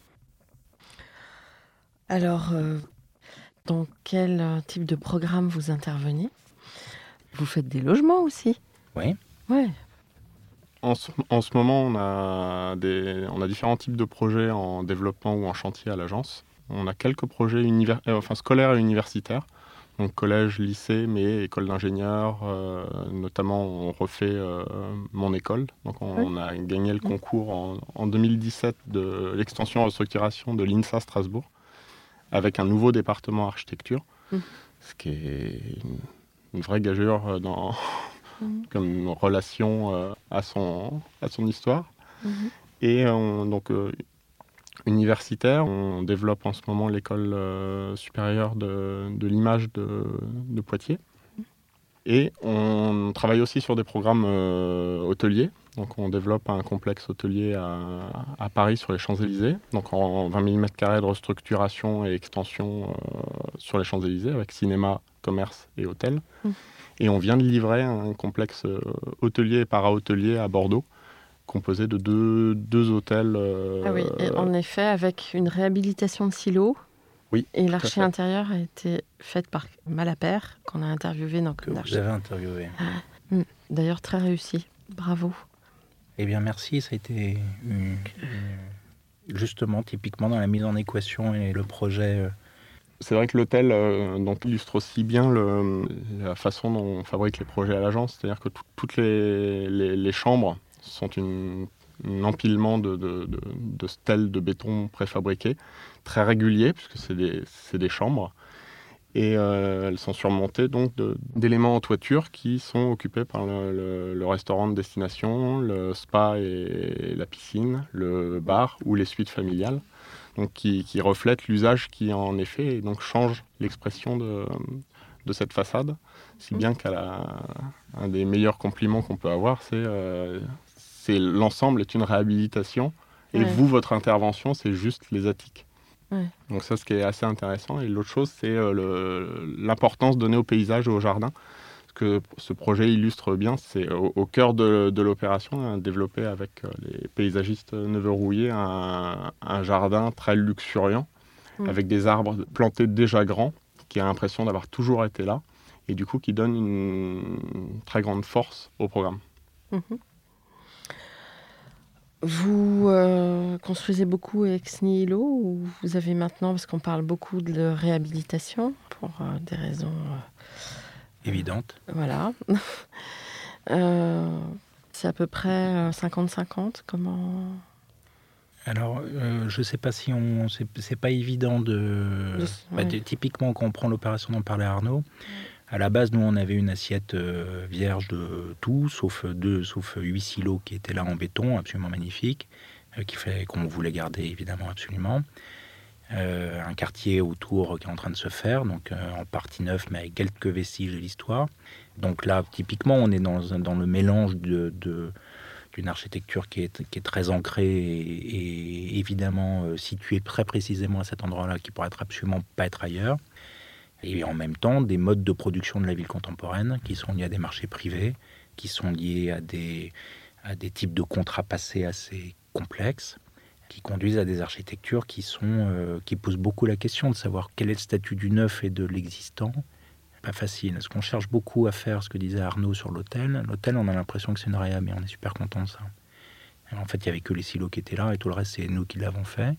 Alors, euh, dans quel type de programme vous intervenez ? Vous faites des logements aussi ? Oui. Ouais. En ce, en ce moment, on a, des, on a différents types de projets en développement ou en chantier à l'agence. On a quelques projets univers, euh, enfin, scolaires et universitaires. donc collège, lycée, mais école d'ingénieur. Euh, notamment, on refait euh, mon école. Donc, on, Oui. on a gagné le concours en, en deux mille dix-sept de l'extension restructuration de l'I N S A Strasbourg, avec un nouveau département architecture, Mmh. ce qui est une, une vraie gageure dans, Mmh. comme relation euh, à, son, à son histoire. Mmh. Et on, donc, euh, universitaire, on développe en ce moment l'école euh, supérieure de, de l'image de, de Poitiers. Et on travaille aussi sur des programmes euh, hôteliers. Donc on développe un complexe hôtelier à, à Paris sur les Champs-Élysées. Donc en vingt mille mètres carrés de restructuration et extension euh, sur les Champs-Élysées avec cinéma, commerce et hôtel. Mmh. Et on vient de livrer un complexe euh, hôtelier et para-hôtelier à Bordeaux, composé de deux, deux hôtels. Euh, Ah oui, et en effet, avec une réhabilitation de silos. Oui, Et tout à l'archi fait. intérieure a été faite par Malapert, qu'on a interviewé dans Que Comme vous d'Archi. avez interviewé. Mm. D'ailleurs, très réussi. Bravo. Eh bien, merci. Ça a été une- une- justement, typiquement, dans la mise en équation et le projet. euh, C'est vrai que l'hôtel euh, donc, illustre aussi bien le, la façon dont on fabrique les projets à l'agence. C'est-à-dire que tout- toutes les, les, les chambres sont une, un empilement de, de, de, de stèles de béton préfabriquées, très réguliers, puisque c'est des, c'est des chambres. Et euh, elles sont surmontées donc de- d'éléments en toiture qui sont occupés par le, le- le restaurant de destination, le spa et la piscine, le bar ou les suites familiales. Donc qui, qui reflètent l'usage qui en effet et donc change l'expression de, de cette façade, si bien qu'à la, un des meilleurs compliments qu'on peut avoir, c'est euh, c'est l'ensemble est une réhabilitation et Ouais. vous, votre intervention, c'est juste les attiques. Ouais. Donc ça, ce qui est assez intéressant. Et l'autre chose, c'est euh, le- l'importance donnée au paysage et au jardin. Ce que ce projet illustre bien, c'est au, au cœur de, de l'opération, hein, développé avec euh, les paysagistes Neveu-Rouillé, un, un jardin très luxuriant, Mm. avec des arbres plantés déjà grands, qui a l'impression d'avoir toujours été là, et du coup qui donne une très grande force au programme. Mhm. Vous euh, construisez beaucoup ex nihilo ou vous avez maintenant, parce qu'on parle beaucoup de réhabilitation pour euh, des raisons, euh, évidente. voilà. Euh, c'est à peu près euh, cinquante cinquante. Comment Alors, euh, je ne sais pas si on. C'est, c'est pas évident de. De- bah, ouais. de- typiquement, quand on prend l'opération dont parlait Arnaud, à la base, nous, on avait une assiette euh, vierge de tout, sauf deux, sauf huit silos qui étaient là en béton, absolument magnifiques, euh, qu'il fallait, qu'on voulait garder évidemment absolument. Euh, un quartier autour qui est en train de se faire, donc euh, en partie neuf, mais avec quelques vestiges de l'histoire. Donc là, typiquement, on est dans, un- dans le mélange de, de- d'une architecture qui est, qui est très ancrée et, et évidemment euh, située très précisément à cet endroit-là, qui pourrait être absolument pas être ailleurs. Et en même temps, des modes de production de la ville contemporaine qui sont liés à des marchés privés, qui sont liés à des, à des types de contrats passés assez complexes, qui conduisent à des architectures qui, sont, euh, qui posent beaucoup la question de savoir quel est le statut du neuf et de l'existant. Pas facile. Ce qu'on cherche beaucoup à faire, ce que disait Arnaud sur l'hôtel, l'hôtel, on a l'impression que c'est une réhab, mais on est super content de ça. En fait, il n'y avait que les silos qui étaient là, et tout le reste, c'est nous qui l'avons fait.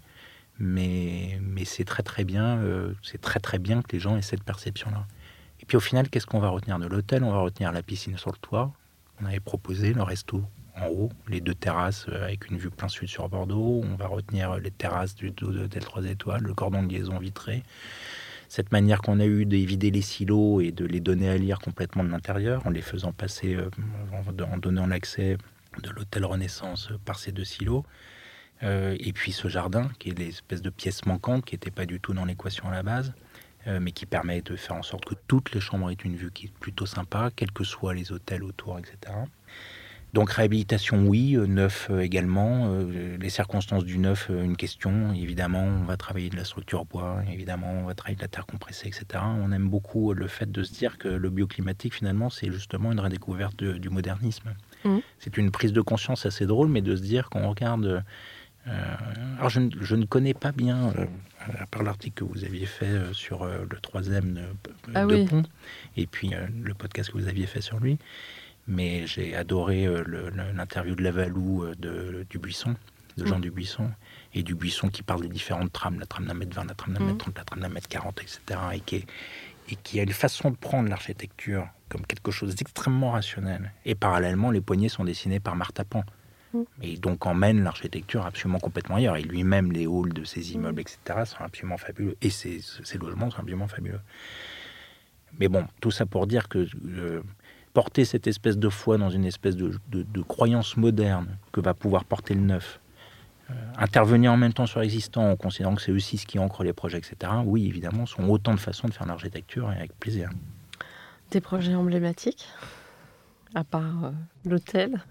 Mais, mais c'est très très bien, euh, c'est très très bien que les gens aient cette perception-là. Et puis au final, qu'est-ce qu'on va retenir de l'hôtel? On va retenir la piscine sur le toit. On avait proposé le resto en haut, les deux terrasses euh, avec une vue plein sud sur Bordeaux. On va retenir les terrasses du de l'hôtel trois étoiles, le cordon de liaison vitré. Cette manière qu'on a eue d'évider les silos et de les donner à lire complètement de l'intérieur, en les faisant passer, euh, en donnant l'accès de l'hôtel Renaissance par ces deux silos. Euh, et puis ce jardin, qui est l'espèce de pièce manquante, qui n'était pas du tout dans l'équation à la base, euh, mais qui permet de faire en sorte que toutes les chambres aient une vue qui est plutôt sympa, quels que soient les hôtels autour, et cetera. Donc réhabilitation, oui, euh, neuf euh, également. Euh, les circonstances du neuf, euh, une question. Évidemment, on va travailler de la structure bois, évidemment, on va travailler de la terre compressée, et cetera. On aime beaucoup le fait de se dire que le bioclimatique, finalement, c'est justement une redécouverte de, du modernisme. Mmh. C'est une prise de conscience assez drôle, mais de se dire qu'on regarde... Euh, alors je ne, je ne connais pas bien, euh, à part l'article que vous aviez fait euh, sur euh, le troisième de, Ah de oui. Pont, et puis euh, le podcast que vous aviez fait sur lui, mais j'ai adoré euh, le- le- l'interview de Lavalou euh, de Dubuisson, de Jean Mm. Dubuisson, et Dubuisson qui parle des différentes trames, la trame d'un mètre vingt, la trame d'un Mm. mètre trente, la trame d'un mètre quarante, et cetera, et qui est, et qui a une façon de prendre l'architecture comme quelque chose d'extrêmement rationnel. Et parallèlement, les poignées sont dessinées par Martha Pan. Mmh. Et donc emmène l'architecture absolument complètement ailleurs. Et lui-même, les halls de ses immeubles, mmh. et cetera, sont absolument fabuleux. Et ses, ses logements sont absolument fabuleux. Mais bon, tout ça pour dire que euh, porter cette espèce de foi dans une espèce de, de, de croyance moderne que va pouvoir porter le neuf, euh, intervenir en même temps sur l'existant en considérant que c'est aussi ce qui ancre les projets, et cetera, oui, évidemment, sont autant de façons de faire l'architecture et avec plaisir. Des projets emblématiques, à part euh, l'hôtel?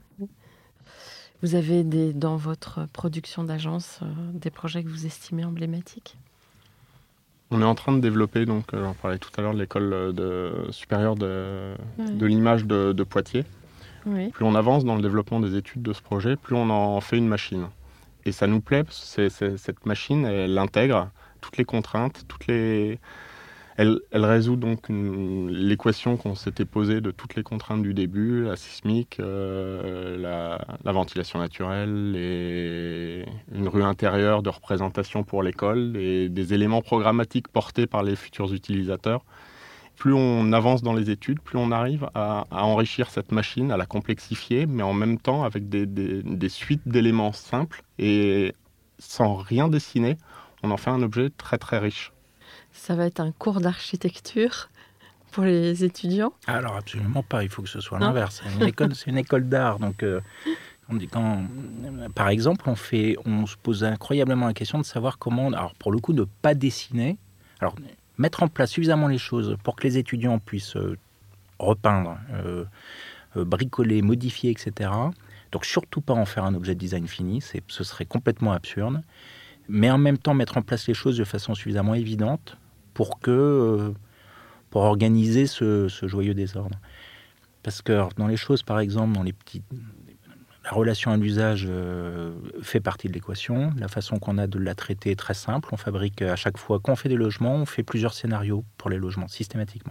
Vous avez des, dans votre production d'agence euh, des projets que vous estimez emblématiques? On est en train de développer, donc euh, j'en parlais tout à l'heure, de l'école de, supérieure de, oui. de l'image de, de Poitiers. Oui. Plus on avance dans le développement des études de ce projet, plus on en fait une machine. Et ça nous plaît, parce que c'est, c'est, cette machine, elle intègre toutes les contraintes, toutes les... Elle, elle résout donc une, l'équation qu'on s'était posée de toutes les contraintes du début, la sismique, euh, la, la ventilation naturelle, les, une rue intérieure de représentation pour l'école, et des éléments programmatiques portés par les futurs utilisateurs. Plus on avance dans les études, plus on arrive à, à enrichir cette machine, à la complexifier, mais en même temps avec des, des, des suites d'éléments simples, et sans rien dessiner, on en fait un objet très très riche. Ça va être un cours d'architecture pour les étudiants? Alors absolument pas, il faut que ce soit l'inverse. C'est une école, c'est une école d'art. Donc, euh, on dit quand, par exemple, on, fait, on se pose incroyablement la question de savoir comment, alors pour le coup, ne pas dessiner, alors mettre en place suffisamment les choses pour que les étudiants puissent euh, repeindre, euh, euh, bricoler, modifier, et cetera. Donc surtout pas en faire un objet de design fini, c'est, ce serait complètement absurde. Mais en même temps mettre en place les choses de façon suffisamment évidente pour que euh, pour organiser ce, ce joyeux désordre. Parce que alors, dans les choses, par exemple, dans les petits, la relation à l'usage euh, fait partie de l'équation. La façon qu'on a de la traiter est très simple. On fabrique à chaque fois, quand on fait des logements, on fait plusieurs scénarios pour les logements, systématiquement.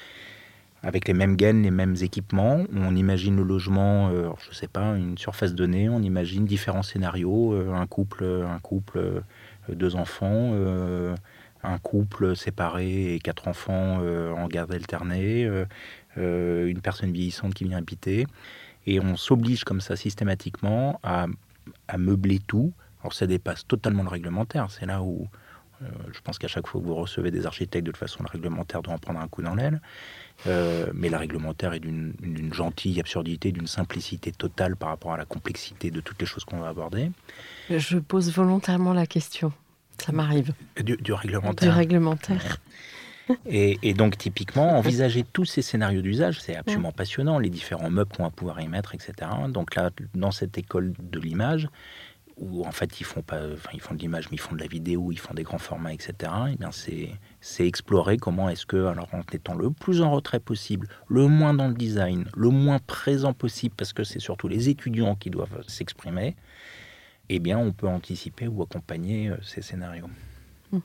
Avec les mêmes gaines, les mêmes équipements. On imagine le logement, euh, je ne sais pas, une surface donnée. On imagine différents scénarios. Euh, un couple, un couple euh, deux enfants, euh, un couple séparé et quatre enfants euh, en garde alternée, euh, euh, une personne vieillissante qui vient habiter. Et on s'oblige comme ça systématiquement à, à meubler tout. Alors ça dépasse totalement le réglementaire. C'est là où euh, je pense qu'à chaque fois que vous recevez des architectes, de toute façon, le réglementaire doit en prendre un coup dans l'aile. Euh, mais la réglementaire est d'une, d'une gentille absurdité, d'une simplicité totale par rapport à la complexité de toutes les choses qu'on va aborder. Je pose volontairement la question. Ça m'arrive. Du, du réglementaire. Du réglementaire. Et, et donc, typiquement, envisager tous ces scénarios d'usage, c'est absolument passionnant. Les différents meubles qu'on va pouvoir y mettre, et cetera. Donc là, dans cette école de l'image, où en fait, ils font pas, enfin, ils font de l'image, mais ils font de la vidéo, ils font des grands formats, et cetera. Et bien, c'est, c'est explorer comment est-ce que, alors en étant le plus en retrait possible, le moins dans le design, le moins présent possible, parce que c'est surtout les étudiants qui doivent s'exprimer, eh bien, on peut anticiper ou accompagner euh, ces scénarios. Mmh.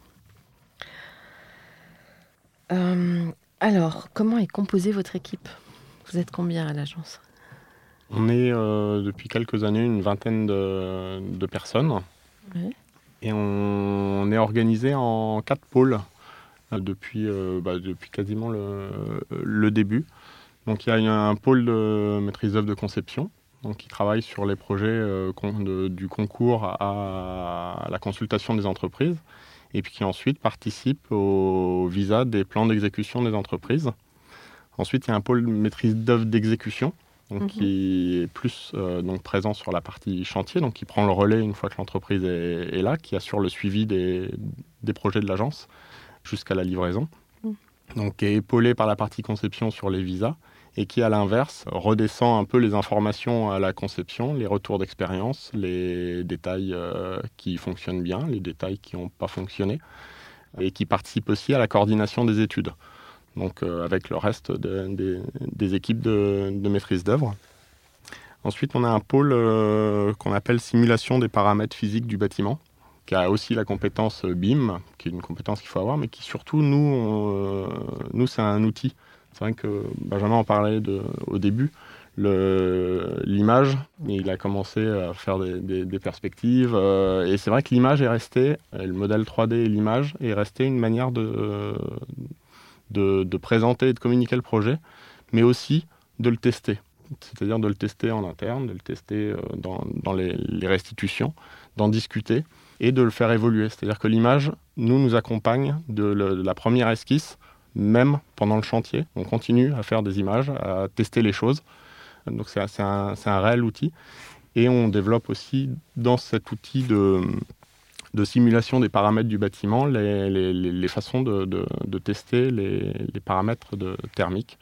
Euh, alors, comment est composée votre équipe? Vous êtes combien à l'agence? On est euh, depuis quelques années une vingtaine de, de personnes. Oui. Et on, on est organisé en quatre pôles euh, depuis, euh, bah, depuis quasiment le, le début. Donc il y a un pôle de maîtrise d'œuvre de conception, donc qui travaille sur les projets euh, con, de, du concours à, à la consultation des entreprises, et puis qui ensuite participe au visa des plans d'exécution des entreprises. Ensuite, il y a un pôle maîtrise d'œuvre d'exécution, donc mmh. qui est plus euh, donc présent sur la partie chantier, donc qui prend le relais une fois que l'entreprise est, est là, qui assure le suivi des, des projets de l'agence jusqu'à la livraison. Mmh. Donc qui est épaulé par la partie conception sur les visas, et qui, à l'inverse, redescend un peu les informations à la conception, les retours d'expérience, les détails euh, qui fonctionnent bien, les détails qui n'ont pas fonctionné, et qui participe aussi à la coordination des études, donc euh, avec le reste de, de, des équipes de, de maîtrise d'œuvre. Ensuite, on a un pôle euh, qu'on appelle simulation des paramètres physiques du bâtiment, qui a aussi la compétence B I M, qui est une compétence qu'il faut avoir, mais qui surtout, nous, on, euh, nous c'est un outil. C'est vrai que Benjamin en parlait de, au début, le, l'image, il a commencé à faire des, des, des perspectives, euh, et c'est vrai que l'image est restée, le modèle trois D et l'image est resté une manière de, de, de présenter et de communiquer le projet, mais aussi de le tester. C'est-à-dire de le tester en interne, de le tester euh, dans, dans les, les restitutions, d'en discuter et de le faire évoluer. C'est-à-dire que l'image, nous, nous accompagne de, le, de la première esquisse, même pendant le chantier. On continue à faire des images, à tester les choses. Donc c'est, c'est, un, c'est un réel outil. Et on développe aussi dans cet outil de, de simulation des paramètres du bâtiment les, les, les façons de, de, de tester les, les paramètres de, thermiques,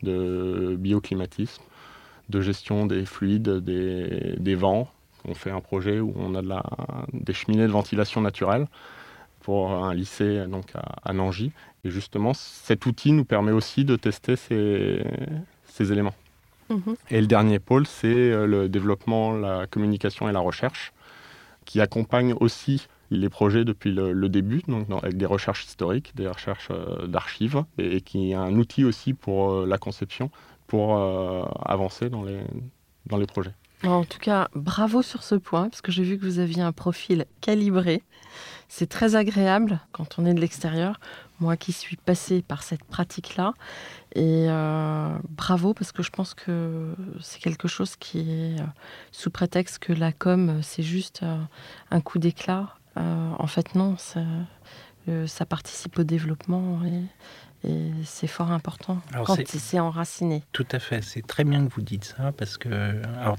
de bioclimatisme, de gestion des fluides, des, des vents. On fait un projet où on a de la, des cheminées de ventilation naturelle pour un lycée donc à, à Nangy. Et justement, cet outil nous permet aussi de tester ces, ces éléments. Mmh. Et le dernier pôle, c'est le développement, la communication et la recherche, qui accompagne aussi les projets depuis le, le début, donc dans, avec des recherches historiques, des recherches euh, d'archives, et, et qui est un outil aussi pour euh, la conception, pour euh, avancer dans les, dans les projets. En tout cas, bravo sur ce point, parce que j'ai vu que vous aviez un profil calibré. C'est très agréable quand on est de l'extérieur, moi qui suis passée par cette pratique-là. Et euh, bravo, parce que je pense que c'est quelque chose qui est, euh, sous prétexte que la com, c'est juste euh, un coup d'éclat. Euh, en fait, non, ça, euh, ça participe au développement et, et c'est fort important. Alors quand c'est, c'est enraciné. Tout à fait, c'est très bien que vous dites ça, parce que... Alors,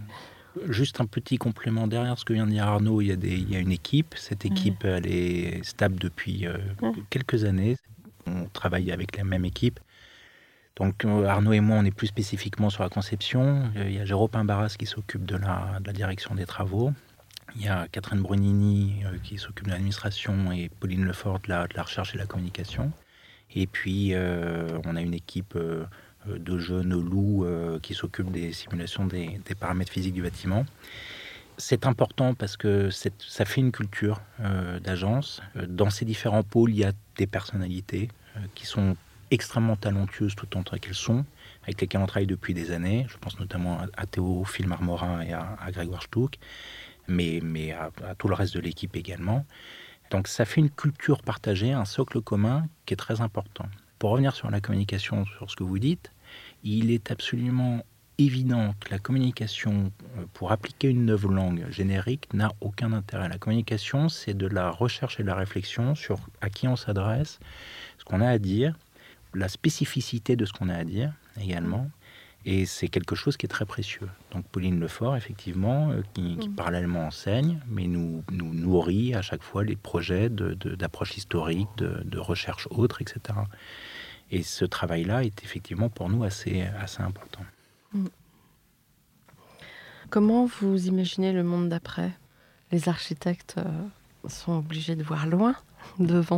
juste un petit complément derrière ce que vient de dire Arnaud, il y a, des, il y a une équipe. Cette équipe, oui. Elle est stable depuis euh, oui. quelques années. On travaille avec la même équipe. Donc Arnaud et moi, on est plus spécifiquement sur la conception. Il y a Jérôme Barras qui s'occupe de la, de la direction des travaux. Il y a Catherine Brunini euh, qui s'occupe de l'administration et Pauline Lefort de la, de la recherche et de la communication. Et puis, euh, on a une équipe... Euh, de jeunes loups euh, qui s'occupent des simulations des, des paramètres physiques du bâtiment. C'est important parce que c'est, ça fait une culture euh, d'agence. Dans ces différents pôles, il y a des personnalités euh, qui sont extrêmement talentueuses tout autant qu'elles sont, avec lesquelles on travaille depuis des années. Je pense notamment à, à Théophile Marmorin et à, à Grégoire Stouck, mais, mais à, à tout le reste de l'équipe également. Donc ça fait une culture partagée, un socle commun qui est très important. Pour revenir sur la communication, sur ce que vous dites, il est absolument évident que la communication, pour appliquer une nouvelle langue générique, n'a aucun intérêt. La communication, c'est de la recherche et de la réflexion sur à qui on s'adresse, ce qu'on a à dire, la spécificité de ce qu'on a à dire également, et c'est quelque chose qui est très précieux. Donc Pauline Lefort, effectivement, qui, qui parallèlement enseigne, mais nous, nous nourrit à chaque fois les projets de, de, d'approche historique, de, de recherche autre, et cetera. Et ce travail-là est effectivement pour nous assez, assez important. Comment vous imaginez le monde d'après ? Les architectes euh, sont obligés de voir loin, devant.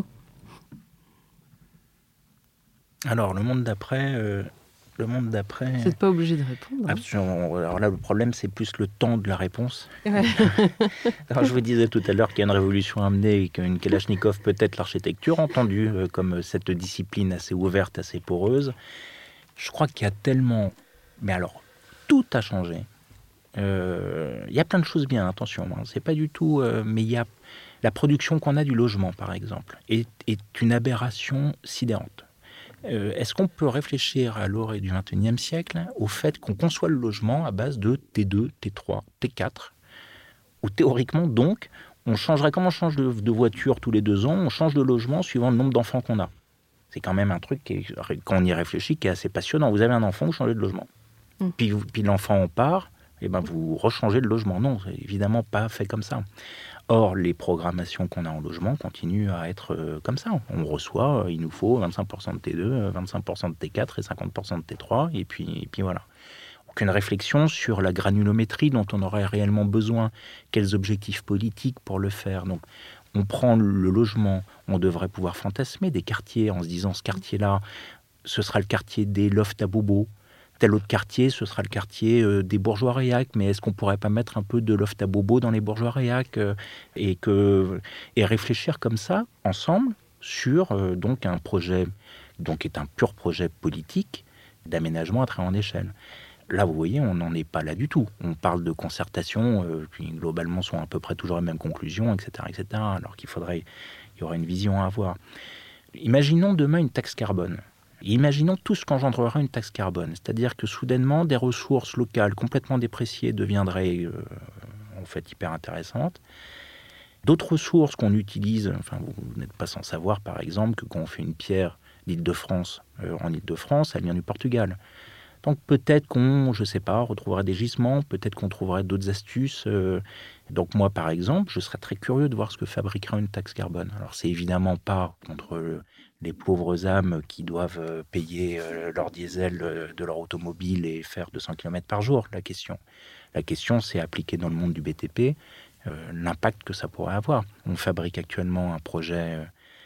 Alors, le monde d'après... Euh, le monde d'après... Vous n'êtes pas obligé de répondre. Absolument. Alors là, le problème, c'est plus le temps de la réponse. Ouais. Alors, je vous disais tout à l'heure qu'il y a une révolution à mener et qu'une Kalachnikov peut être l'architecture, entendue euh, comme cette discipline assez ouverte, assez poreuse. Je crois qu'il y a tellement... Mais alors, tout a changé. Euh, il y a plein de choses bien, attention. Hein, c'est pas du tout... Euh, mais il y a... La production qu'on a du logement, par exemple, est, est une aberration sidérante. Euh, est-ce qu'on peut réfléchir à l'orée du vingt et unième siècle au fait qu'on conçoit le logement à base de T deux, T trois, T quatre, où théoriquement, donc, on changerait, comme on change de, de voiture tous les deux ans, on change de logement suivant le nombre d'enfants qu'on a. C'est quand même un truc, qui est, quand on y réfléchit, qui est assez passionnant. Vous avez un enfant, vous changez de logement. Mmh. Puis, puis l'enfant en part, et ben vous rechangez de logement. Non, c'est évidemment pas fait comme ça. Or, les programmations qu'on a en logement continuent à être euh, comme ça. On reçoit, euh, il nous faut vingt-cinq pour cent de T deux, vingt-cinq pour cent de T quatre et cinquante pour cent de T trois, et puis, et puis voilà. Aucune réflexion sur la granulométrie dont on aurait réellement besoin, quels objectifs politiques pour le faire. Donc, on prend le logement, on devrait pouvoir fantasmer des quartiers en se disant, ce quartier-là, ce sera le quartier des lofts à bobos. Tel autre quartier, ce sera le quartier euh, des bourgeois réac, mais est-ce qu'on pourrait pas mettre un peu de loft à bobo dans les bourgeois réac euh, et, que, et réfléchir comme ça, ensemble, sur euh, donc un projet, donc est un pur projet politique d'aménagement à très grande échelle. Là, vous voyez, on n'en est pas là du tout. On parle de concertation, euh, qui globalement sont à peu près toujours les mêmes conclusions, et cetera, et cetera, alors qu'il faudrait, il y aurait une vision à avoir. Imaginons demain une taxe carbone. Imaginons tout ce qu'engendrera une taxe carbone. C'est-à-dire que soudainement, des ressources locales complètement dépréciées deviendraient euh, en fait hyper intéressantes. D'autres ressources qu'on utilise, enfin vous, vous n'êtes pas sans savoir par exemple que quand on fait une pierre d'Île-de-France, euh, en Île-de-France, elle vient du Portugal. Donc peut-être qu'on, je ne sais pas, retrouverait des gisements, peut-être qu'on trouverait d'autres astuces. Euh, donc moi par exemple, je serais très curieux de voir ce que fabriquera une taxe carbone. Alors c'est évidemment pas contre le, les pauvres âmes qui doivent euh, payer euh, leur diesel euh, de leur automobile et faire deux cents kilomètres par jour, la question. La question c'est appliquer dans le monde du B T P, Euh, l'impact que ça pourrait avoir. On fabrique actuellement un projet euh,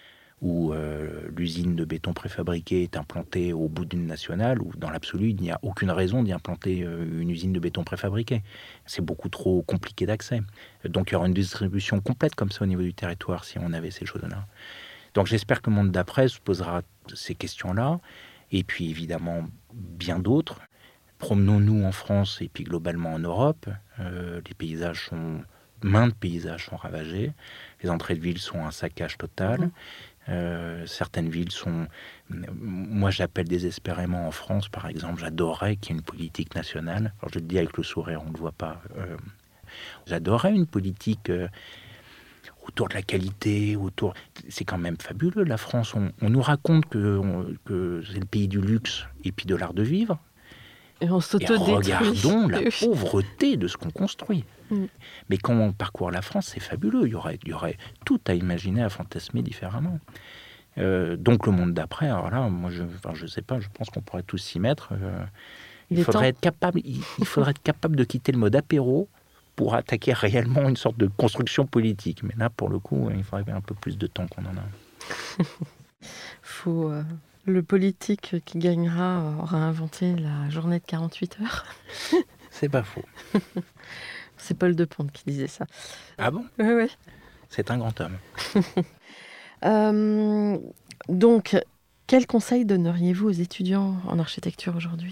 où euh, l'usine de béton préfabriqué est implantée au bout d'une nationale, où dans l'absolu, il n'y a aucune raison d'y implanter euh, une usine de béton préfabriqué. C'est beaucoup trop compliqué d'accès. Donc il y aura une distribution complète comme ça au niveau du territoire si on avait ces choses-là. Donc j'espère que le monde d'après se posera ces questions-là, et puis évidemment bien d'autres. Promenons-nous en France et puis globalement en Europe. Euh, les paysages sont... Maintes paysages sont ravagés, les entrées de ville sont un saccage total. Mmh. Euh, certaines villes sont... Moi, j'appelle désespérément en France, par exemple, j'adorerais qu'il y ait une politique nationale. Alors, je le dis avec le sourire, on ne le voit pas. Euh, j'adorerais une politique euh, autour de la qualité, autour... C'est quand même fabuleux, la France. On, on nous raconte que, on, que c'est le pays du luxe et puis de l'art de vivre. Et on s'auto-détruit. Et regardons la pauvreté de ce qu'on construit. Mm. Mais quand on parcourt la France, c'est fabuleux. Il y aurait, il y aurait tout à imaginer, à fantasmer différemment. Euh, donc le monde d'après, alors là, moi, je, enfin, je sais pas, je pense qu'on pourrait tous s'y mettre. Euh, il, il faudrait être capable, il, il faudrait être capable de quitter le mode apéro pour attaquer réellement une sorte de construction politique. Mais là, pour le coup, il faudrait un peu plus de temps qu'on en a. Faut. Euh... Le politique qui gagnera aura inventé la journée de quarante-huit heures. C'est pas faux. C'est Paul de Ponte qui disait ça. Ah bon ? Oui, oui. C'est un grand homme. euh, donc, quel conseil donneriez-vous aux étudiants en architecture aujourd'hui ?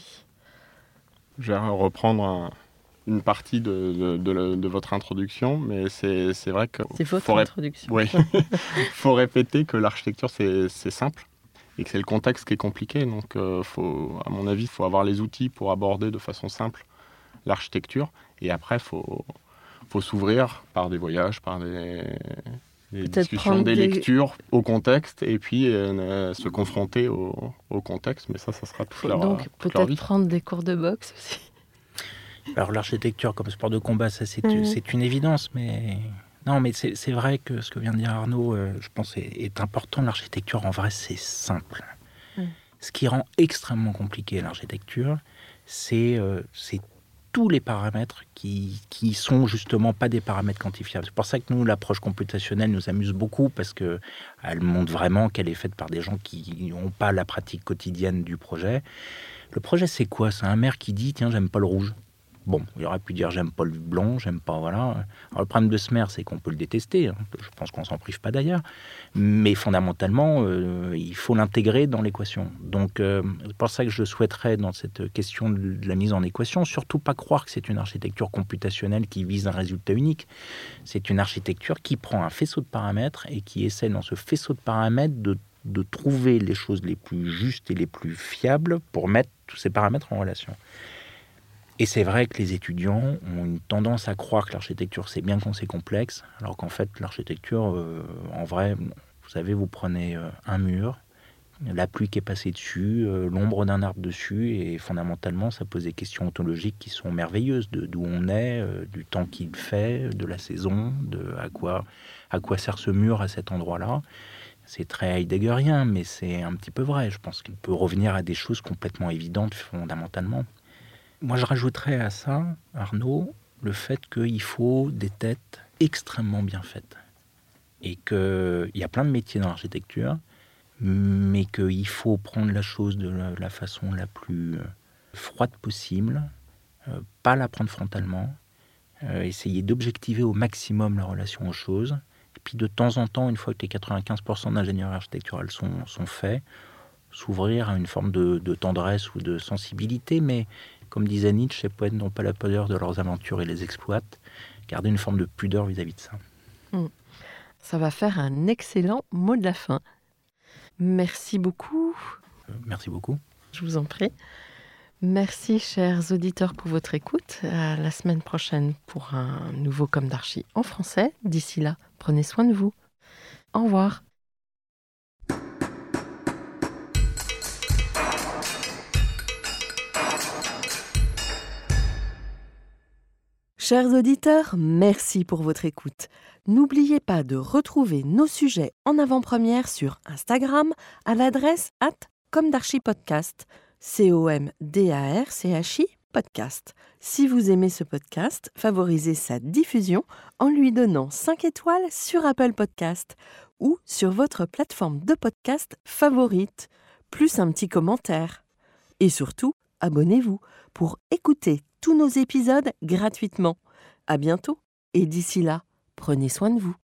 Je vais reprendre un, une partie de, de, de, de votre introduction, mais c'est, c'est vrai que... C'est votre ré... introduction. Oui. Il faut répéter que l'architecture, c'est, c'est simple. Et que c'est le contexte qui est compliqué. Donc, euh, faut, à mon avis, il faut avoir les outils pour aborder de façon simple l'architecture. Et après, il faut, faut s'ouvrir par des voyages, par des, des discussions, des, des lectures au contexte, et puis euh, se confronter au, au contexte. Mais ça, ça sera toute leur, donc, toute leur vie. Donc, peut-être prendre des cours de boxe aussi. Alors, l'architecture comme sport de combat, ça, c'est, mmh. c'est une évidence, mais... Non, mais c'est, c'est vrai que ce que vient de dire Arnaud, euh, je pense, est, est important. L'architecture, en vrai, c'est simple. Mm. Ce qui rend extrêmement compliqué l'architecture, c'est, euh, c'est tous les paramètres qui qui sont justement pas des paramètres quantifiables. C'est pour ça que nous, l'approche computationnelle nous amuse beaucoup, parce que elle montre vraiment qu'elle est faite par des gens qui n'ont pas la pratique quotidienne du projet. Le projet, c'est quoi ? C'est un maire qui dit « Tiens, j'aime pas le rouge ». Bon, il aurait pu dire j'aime pas le blanc, j'aime pas, voilà. Alors le problème de ce maire, c'est qu'on peut le détester, hein. Je pense qu'on s'en prive pas d'ailleurs, mais fondamentalement, euh, il faut l'intégrer dans l'équation. Donc euh, c'est pour ça que je souhaiterais, dans cette question de la mise en équation, surtout pas croire que c'est une architecture computationnelle qui vise un résultat unique. C'est une architecture qui prend un faisceau de paramètres et qui essaie dans ce faisceau de paramètres de, de trouver les choses les plus justes et les plus fiables pour mettre tous ces paramètres en relation. Et c'est vrai que les étudiants ont une tendance à croire que l'architecture, c'est bien quand c'est complexe, alors qu'en fait, l'architecture, euh, en vrai, vous savez, vous prenez euh, un mur, la pluie qui est passée dessus, euh, l'ombre d'un arbre dessus, et fondamentalement, ça pose des questions ontologiques qui sont merveilleuses, de d'où on est, euh, du temps qu'il fait, de la saison, de à quoi, à quoi sert ce mur à cet endroit-là. C'est très heideggerien, mais c'est un petit peu vrai. Je pense qu'il peut revenir à des choses complètement évidentes, fondamentalement. Moi, je rajouterais à ça, Arnaud, le fait qu'il faut des têtes extrêmement bien faites. Et qu'il y a plein de métiers dans l'architecture, mais qu'il faut prendre la chose de la, la façon la plus froide possible, euh, pas la prendre frontalement, euh, essayer d'objectiver au maximum la relation aux choses, et puis de temps en temps, une fois que les quatre-vingt-quinze pour cent d'ingénierie architecturale sont, sont faits, s'ouvrir à une forme de, de tendresse ou de sensibilité, mais comme disait Nietzsche, ces poètes n'ont pas la pudeur de leurs aventures et les exploitent. Garder une forme de pudeur vis-à-vis de ça. Mmh. Ça va faire un excellent mot de la fin. Merci beaucoup. Euh, merci beaucoup. Je vous en prie. Merci, chers auditeurs, pour votre écoute. À la semaine prochaine pour un nouveau Comme d'Archi en français. D'ici là, prenez soin de vous. Au revoir. Chers auditeurs, merci pour votre écoute. N'oubliez pas de retrouver nos sujets en avant-première sur Instagram à l'adresse arobase comdarchipodcast. C O M D A R C H I podcast. Si vous aimez ce podcast, favorisez sa diffusion en lui donnant cinq étoiles sur Apple Podcast ou sur votre plateforme de podcast favorite, plus un petit commentaire. Et surtout, abonnez-vous pour écouter tous nos épisodes gratuitement. À bientôt et d'ici là, prenez soin de vous.